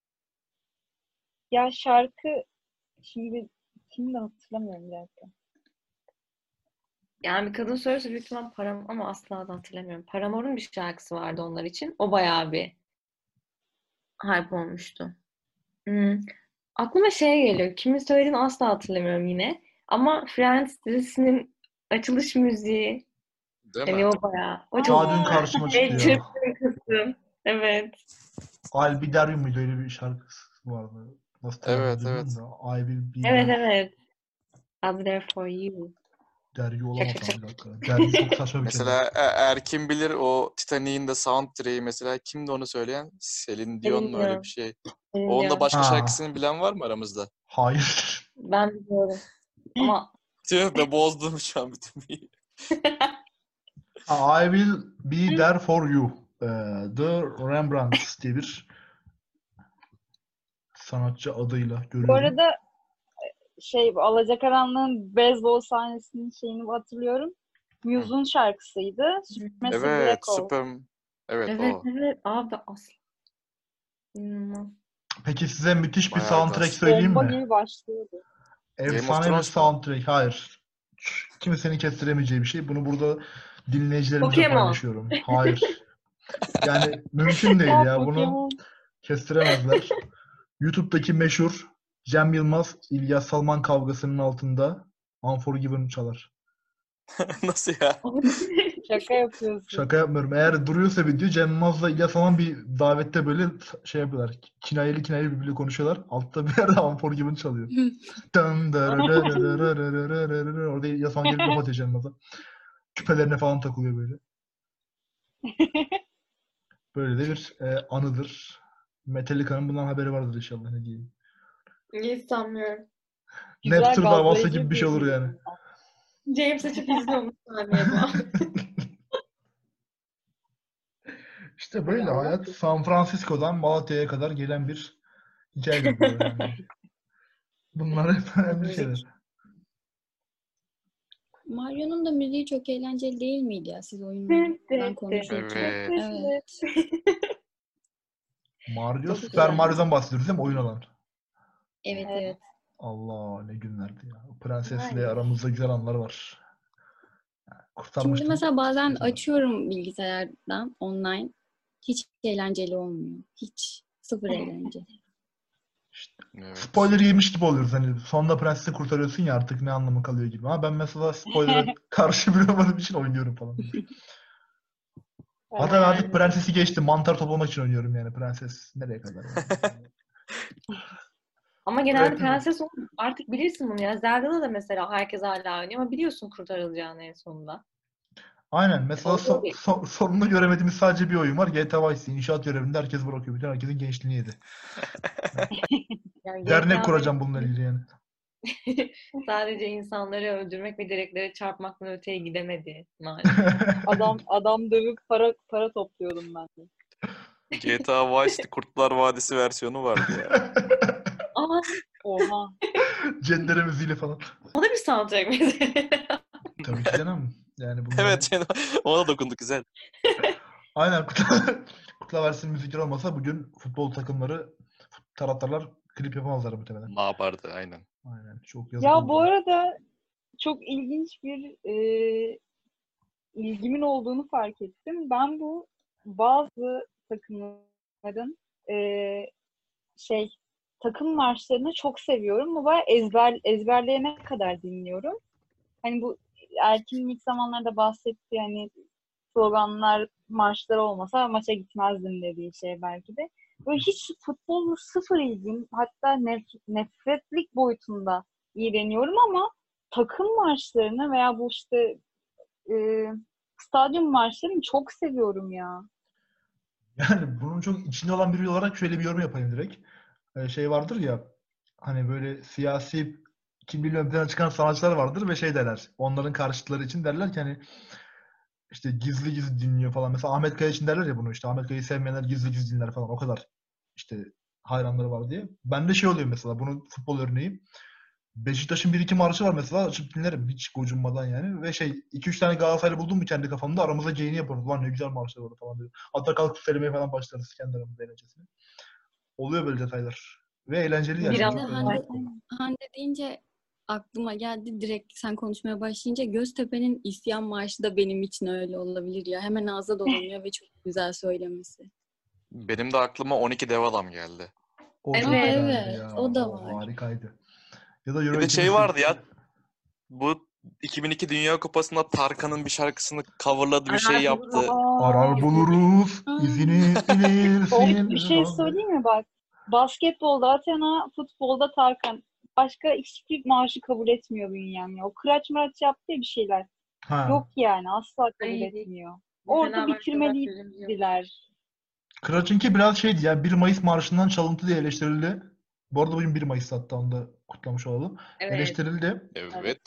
[SPEAKER 3] ya şarkı şimdi kim de hatırlamıyorum zaten.
[SPEAKER 4] Yani bir kadın söylese büyük ihtimal ama asla da hatırlamıyorum. Paramore'un bir şarkısı vardı onlar için. O bayağı bir hype olmuştu. Hmm. Aklıma şey geliyor. Kimin söylediğini asla hatırlamıyorum yine. Ama Friends dizisinin açılış müziği,
[SPEAKER 2] Değil mi?
[SPEAKER 4] hani o bayağı. O çok
[SPEAKER 1] Daha dün
[SPEAKER 3] Aa,
[SPEAKER 4] güzel.
[SPEAKER 1] karşıma çıktı
[SPEAKER 4] En
[SPEAKER 1] ya.
[SPEAKER 4] çırpın kısım. Evet.
[SPEAKER 1] I'll Be There muydu öyle bir şarkısı vardı. Nasıl telaffuz
[SPEAKER 2] Evet,
[SPEAKER 1] ediyorum
[SPEAKER 2] evet.
[SPEAKER 1] da I Will Be
[SPEAKER 4] Evet,
[SPEAKER 1] There.
[SPEAKER 4] evet. I'll be there for you.
[SPEAKER 1] Dergi
[SPEAKER 4] Şak
[SPEAKER 1] olamaz
[SPEAKER 4] şak
[SPEAKER 1] ama
[SPEAKER 4] şak.
[SPEAKER 1] bir dakika. Dergi çok saçma bir kelime.
[SPEAKER 2] Mesela Erkin bilir o Titanic'in de soundtrack'i, mesela kimdi onu söyleyen? Celine Dion
[SPEAKER 4] Selin
[SPEAKER 2] mu, öyle bir
[SPEAKER 4] Dion.
[SPEAKER 2] şey.
[SPEAKER 4] Selin
[SPEAKER 2] Onun da
[SPEAKER 4] Dion.
[SPEAKER 2] başka
[SPEAKER 1] Ha,
[SPEAKER 2] şarkısını bilen var mı aramızda?
[SPEAKER 1] hayır.
[SPEAKER 4] Ben biliyorum. Ama
[SPEAKER 2] Tüh be, bozdum şu an bütün bir.
[SPEAKER 1] I Will Be There For You. The Rembrandts diye bir sanatçı adıyla
[SPEAKER 3] bu
[SPEAKER 1] görüyorum.
[SPEAKER 3] arada bu Alacakaranlığın beyzbol sahnesinin şeyini hatırlıyorum.
[SPEAKER 2] Hı.
[SPEAKER 3] Muse'un şarkısıydı. Supermassive
[SPEAKER 2] Evet,
[SPEAKER 3] Black Hole.
[SPEAKER 2] süper. Evet,
[SPEAKER 4] evet,
[SPEAKER 2] o.
[SPEAKER 4] evet. Abi asla. İnanılmaz.
[SPEAKER 1] Peki size müthiş bir
[SPEAKER 2] Bayağı
[SPEAKER 1] soundtrack
[SPEAKER 2] gaz.
[SPEAKER 1] söyleyeyim
[SPEAKER 3] Bomba
[SPEAKER 1] mi?
[SPEAKER 3] gibi başlıyordu.
[SPEAKER 2] Game of
[SPEAKER 1] Efsane bir
[SPEAKER 2] Thrones mu?
[SPEAKER 1] soundtrack. Hayır. kimsenin kestiremeyeceği bir şey. Bunu burada dinleyicilerimizle
[SPEAKER 4] Pokemon.
[SPEAKER 1] paylaşıyorum. Hayır. Yani mümkün değil
[SPEAKER 3] Ya
[SPEAKER 1] ya. Bunu
[SPEAKER 3] Pokemon.
[SPEAKER 1] kestiremezler. YouTube'daki meşhur Cem Yılmaz, İlyas Salman kavgasının altında Unforgiven çalar.
[SPEAKER 2] Nasıl ya?
[SPEAKER 3] Şaka yapıyorsun.
[SPEAKER 1] Şaka yapmıyorum. Eğer duruyorsa video Cem Yılmaz'la İlyas Salman bir davette böyle şey yapıyorlar. Kinayeli birbiriyle konuşuyorlar. Altta bir yerde Unforgiven çalıyor. Dın dırırırırırırırırırırırır. Orada İlyas Salman gelip laf atıyor Cem Yılmaz'a. Küpelerine falan takılıyor böyle. Böyle de bir anıdır. Metallica'nın bundan haberi vardır inşallah, ne diyeyim.
[SPEAKER 4] Hiç sanmıyorum.
[SPEAKER 3] Güzel
[SPEAKER 1] Napster davası
[SPEAKER 3] gazlayıcı
[SPEAKER 1] gibi bir şey olur yani.
[SPEAKER 4] James açıp izliyormuş sahneye falan.
[SPEAKER 1] İşte böyle
[SPEAKER 3] Allah
[SPEAKER 1] hayat
[SPEAKER 3] korusun.
[SPEAKER 1] San Francisco'dan Malatya'ya kadar gelen bir hikayedir bu yani. Bunlar hep önemli şeyler.
[SPEAKER 5] Mario'nun da müziği çok eğlenceli değil miydi ya siz oyundan konuşurken?
[SPEAKER 2] Evet.
[SPEAKER 5] Evet.
[SPEAKER 1] Mario,
[SPEAKER 5] Çok
[SPEAKER 1] Super
[SPEAKER 5] güzel.
[SPEAKER 1] Mario'dan bahsediyoruz değil mi? Oyun olan.
[SPEAKER 5] Evet
[SPEAKER 3] Evet.
[SPEAKER 5] evet.
[SPEAKER 1] Allah ne günlerdi ya. Prensesle
[SPEAKER 3] Aynen.
[SPEAKER 1] aramızda güzel anlar var.
[SPEAKER 5] Şimdi
[SPEAKER 1] Kurtarmıştım.
[SPEAKER 5] mesela bazen
[SPEAKER 1] Güzel.
[SPEAKER 5] açıyorum bilgisayardan online. Hiç eğlenceli olmuyor. Hiç. Sıfır eğlence.
[SPEAKER 2] Evet.
[SPEAKER 1] Spoiler yemiş gibi oluyoruz. Hani sonunda prensesi kurtarıyorsun ya, artık ne anlamı kalıyor gibi. Ama ben mesela spoiler'a karşı biri olmadığım için oynuyorum falan. Hatta artık prensesi geçtim. Mantar toplamak için oynuyorum yani. Prenses nereye kadar yani?
[SPEAKER 4] Ama genelde
[SPEAKER 1] Evet.
[SPEAKER 4] prenses artık bilirsin bunu ya. Zelda'da da mesela herkes hala oynuyor ama biliyorsun kurtarılacağını en sonunda.
[SPEAKER 1] Aynen. Mesela
[SPEAKER 4] Orada bir
[SPEAKER 1] sonunu göremediğimiz sadece bir oyun var. GTA Vice City. İnşaat görevinde herkes bırakıyor. Bütün herkesin gençliğini yedi.
[SPEAKER 4] yani
[SPEAKER 1] Dernek
[SPEAKER 4] GTA
[SPEAKER 1] kuracağım bununla ilgili yani.
[SPEAKER 4] sadece insanları öldürmek ve direklere çarpmaktan öteye gidemedi maalesef.
[SPEAKER 3] Adam dövüp para topluyordum ben de.
[SPEAKER 2] GTA Vice City Kurtlar Vadisi versiyonu vardı ya.
[SPEAKER 4] Aa,
[SPEAKER 3] Oha.
[SPEAKER 1] Cendere müziğiyle falan.
[SPEAKER 4] o da bir soundtrack mesela.
[SPEAKER 1] Tabii ki canım. Yani bunların...
[SPEAKER 2] Evet, ona dokunduk, güzel.
[SPEAKER 1] Aynen. Kutla Versin müzikleri olmasa bugün futbol takımları, taraftarlar klip yapamazlar muhtemelen.
[SPEAKER 2] Ne yapardı, aynen.
[SPEAKER 1] Aynen. Çok yazık
[SPEAKER 3] Ya
[SPEAKER 1] oldu.
[SPEAKER 3] bu arada çok ilginç bir ilgimin olduğunu fark ettim. Ben bu bazı takımların şey takım marşlarını çok seviyorum. Bu bayağı ezberleyene kadar dinliyorum. Hani bu Erkin'in ilk zamanlarda bahsettiği hani sloganlar, marşlar olmasa maça gitmezdim dediği şey belki de. Böyle hiç futbolla sıfır ilgim, hatta nefretlik boyutunda iğreniyorum ama takım marşlarını veya bu işte stadyum marşlarını çok seviyorum ya.
[SPEAKER 1] Yani bunun çok içinde olan biri olarak şöyle bir yorum yapayım direkt. Şey vardır ya, hani böyle siyasi kimliğiyle ön plana çıkan sanatçılar vardır ve şey derler. Onların karşıtları için derler ki hani işte gizli gizli dinliyor falan. Mesela Ahmet Kaya için derler ya bunu, işte Ahmet Kaya'yı sevmeyenler gizli gizli dinler falan. O kadar işte hayranları var diye. Bende şey oluyor mesela, bunun futbol örneği. Beşiktaş'ın bir iki marşı var mesela, açıp dinlerim hiç gocunmadan yani. Ve şey, iki üç tane Galatasaraylı buldum mu kendi kafamda, aramızda geyini yaparız. Lan ne güzel marşlar var falan diyor. Hatta kalkıp söylemeye falan başlarız kendi aramızda eğlencesine. Oluyor böyle detaylar. Ve eğlenceli gerçekten.
[SPEAKER 5] Bir de
[SPEAKER 4] Biraz
[SPEAKER 1] Çok eğlenceli.
[SPEAKER 5] Hande deyince aklıma geldi. Direkt sen konuşmaya başlayınca Göztepe'nin İsyan Marşı da benim için öyle olabilir ya. Hemen ağza dolanıyor ve çok güzel söylemesi.
[SPEAKER 2] Benim de aklıma 12 Dev Adam geldi.
[SPEAKER 1] O çok
[SPEAKER 4] Evet.
[SPEAKER 1] güzeldi
[SPEAKER 5] Evet,
[SPEAKER 1] ya.
[SPEAKER 5] o da
[SPEAKER 1] O
[SPEAKER 5] var.
[SPEAKER 1] harikaydı. Ya da Euro
[SPEAKER 2] Bir de şey
[SPEAKER 1] 2008.
[SPEAKER 2] vardı ya. Bu 2002 Dünya Kupası'nda Tarkan'ın bir şarkısını coverladı, bir şey yaptı.
[SPEAKER 1] Arar buluruz, izini bilirsin.
[SPEAKER 3] Bir şey söyleyeyim mi bak? Basketbolda Athena, futbolda Tarkan. Başka hiçbir marşı kabul etmiyor bünyem ya. O kıraç mıraç yaptı ya bir şeyler.
[SPEAKER 1] Ha.
[SPEAKER 3] Yok yani asla kabul
[SPEAKER 4] Ay,
[SPEAKER 3] etmiyor. Orada bitirmeliydiler.
[SPEAKER 1] Kıraç'ınki biraz şeydi ya, 1 Mayıs Marşı'ndan çalıntı diye eleştirildi. Bu arada bugün 1 Mayıs, hatta onu da kutlamış olalım.
[SPEAKER 4] Evet.
[SPEAKER 1] Eleştirildi.
[SPEAKER 2] Evet.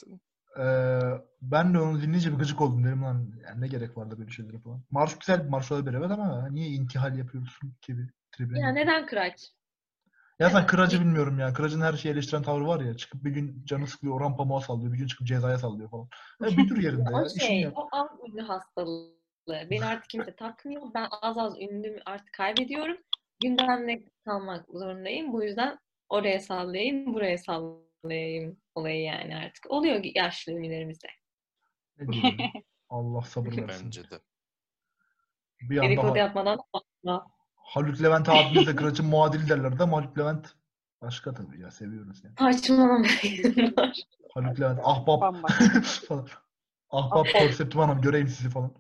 [SPEAKER 1] Ben de onu dinleyince bir gıcık oldum, dedim lan yani ne gerek vardı böyle şeylere falan. Marş güzel bir marş olabilir evet, ama niye intihal yapıyorsun gibi tribüne
[SPEAKER 4] Ya
[SPEAKER 1] girdim.
[SPEAKER 4] neden kıraç?
[SPEAKER 1] Ya sen
[SPEAKER 4] Neden?
[SPEAKER 1] Kıraç'ı bilmiyorum ya. Kıraç'ın her şeyi eleştiren tavrı var ya. Çıkıp bir gün canı sıkılıyor, Orhan Pamuk'a sallıyor. Bir gün çıkıp Ceza'ya sallıyor falan. Ya bir dur yerinde ya.
[SPEAKER 4] O
[SPEAKER 1] İşini yap.
[SPEAKER 4] o alt ünlü hastalığı. Beni artık kimse takmıyor. Ben az ünlü artık kaybediyorum. Gündemde kalmak zorundayım. Bu yüzden oraya sallayayım, buraya sallayayım. zorlayayım olayı yani artık. Oluyor yaşlı ünlülerimizde.
[SPEAKER 1] Ne diyelim? Allah sabır versin.
[SPEAKER 2] Bence de.
[SPEAKER 1] Bir anda
[SPEAKER 4] Dedikodu yapmadan asla.
[SPEAKER 1] Haluk Levent abimiz de Kıraç'ın muadili derlerdi ama Haluk Levent başka tabii ya, seviyoruz yani.
[SPEAKER 4] Saçmalamayın.
[SPEAKER 1] Haluk Levent ahbap
[SPEAKER 3] Bambaşka.
[SPEAKER 1] falan. Ahbap konseptim hanım, göreyim sizi falan.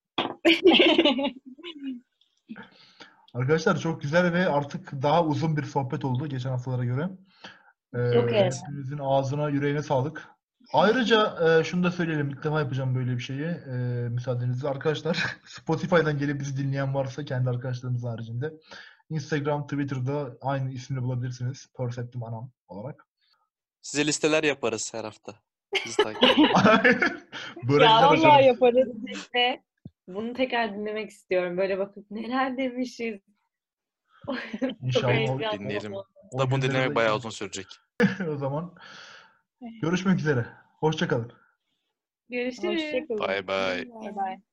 [SPEAKER 1] Arkadaşlar çok güzel ve artık daha uzun bir sohbet oldu geçen haftalara göre.
[SPEAKER 4] Çok iyi.
[SPEAKER 1] Hepinizin ağzına yüreğine sağlık. Ayrıca şunu da söyleyelim. İlk defa yapacağım böyle bir şeyi. Müsaadenizle arkadaşlar. Spotify'dan gelip bizi dinleyen varsa kendi arkadaşlarımız haricinde. Instagram, Twitter'da aynı isimle bulabilirsiniz. Perceptim Anam olarak.
[SPEAKER 2] Size listeler yaparız her hafta. Bizi takip edin.
[SPEAKER 1] Börekler
[SPEAKER 3] Ya
[SPEAKER 1] açarız.
[SPEAKER 3] vallahi yaparız.
[SPEAKER 4] Ve bunu tekrar dinlemek istiyorum. Böyle bakıp neler demişiz. Çok
[SPEAKER 1] İnşallah
[SPEAKER 4] heyecanlı.
[SPEAKER 2] dinleyelim.
[SPEAKER 1] o
[SPEAKER 2] Da bunu
[SPEAKER 1] günlere
[SPEAKER 2] dinlemek
[SPEAKER 1] de
[SPEAKER 2] bayağı
[SPEAKER 1] geliriz.
[SPEAKER 2] uzun sürecek.
[SPEAKER 1] O zaman görüşmek üzere. Hoşça kalın.
[SPEAKER 4] Görüşürüz.
[SPEAKER 3] Hoşçakalın.
[SPEAKER 2] Bye bye.
[SPEAKER 3] Bye bye.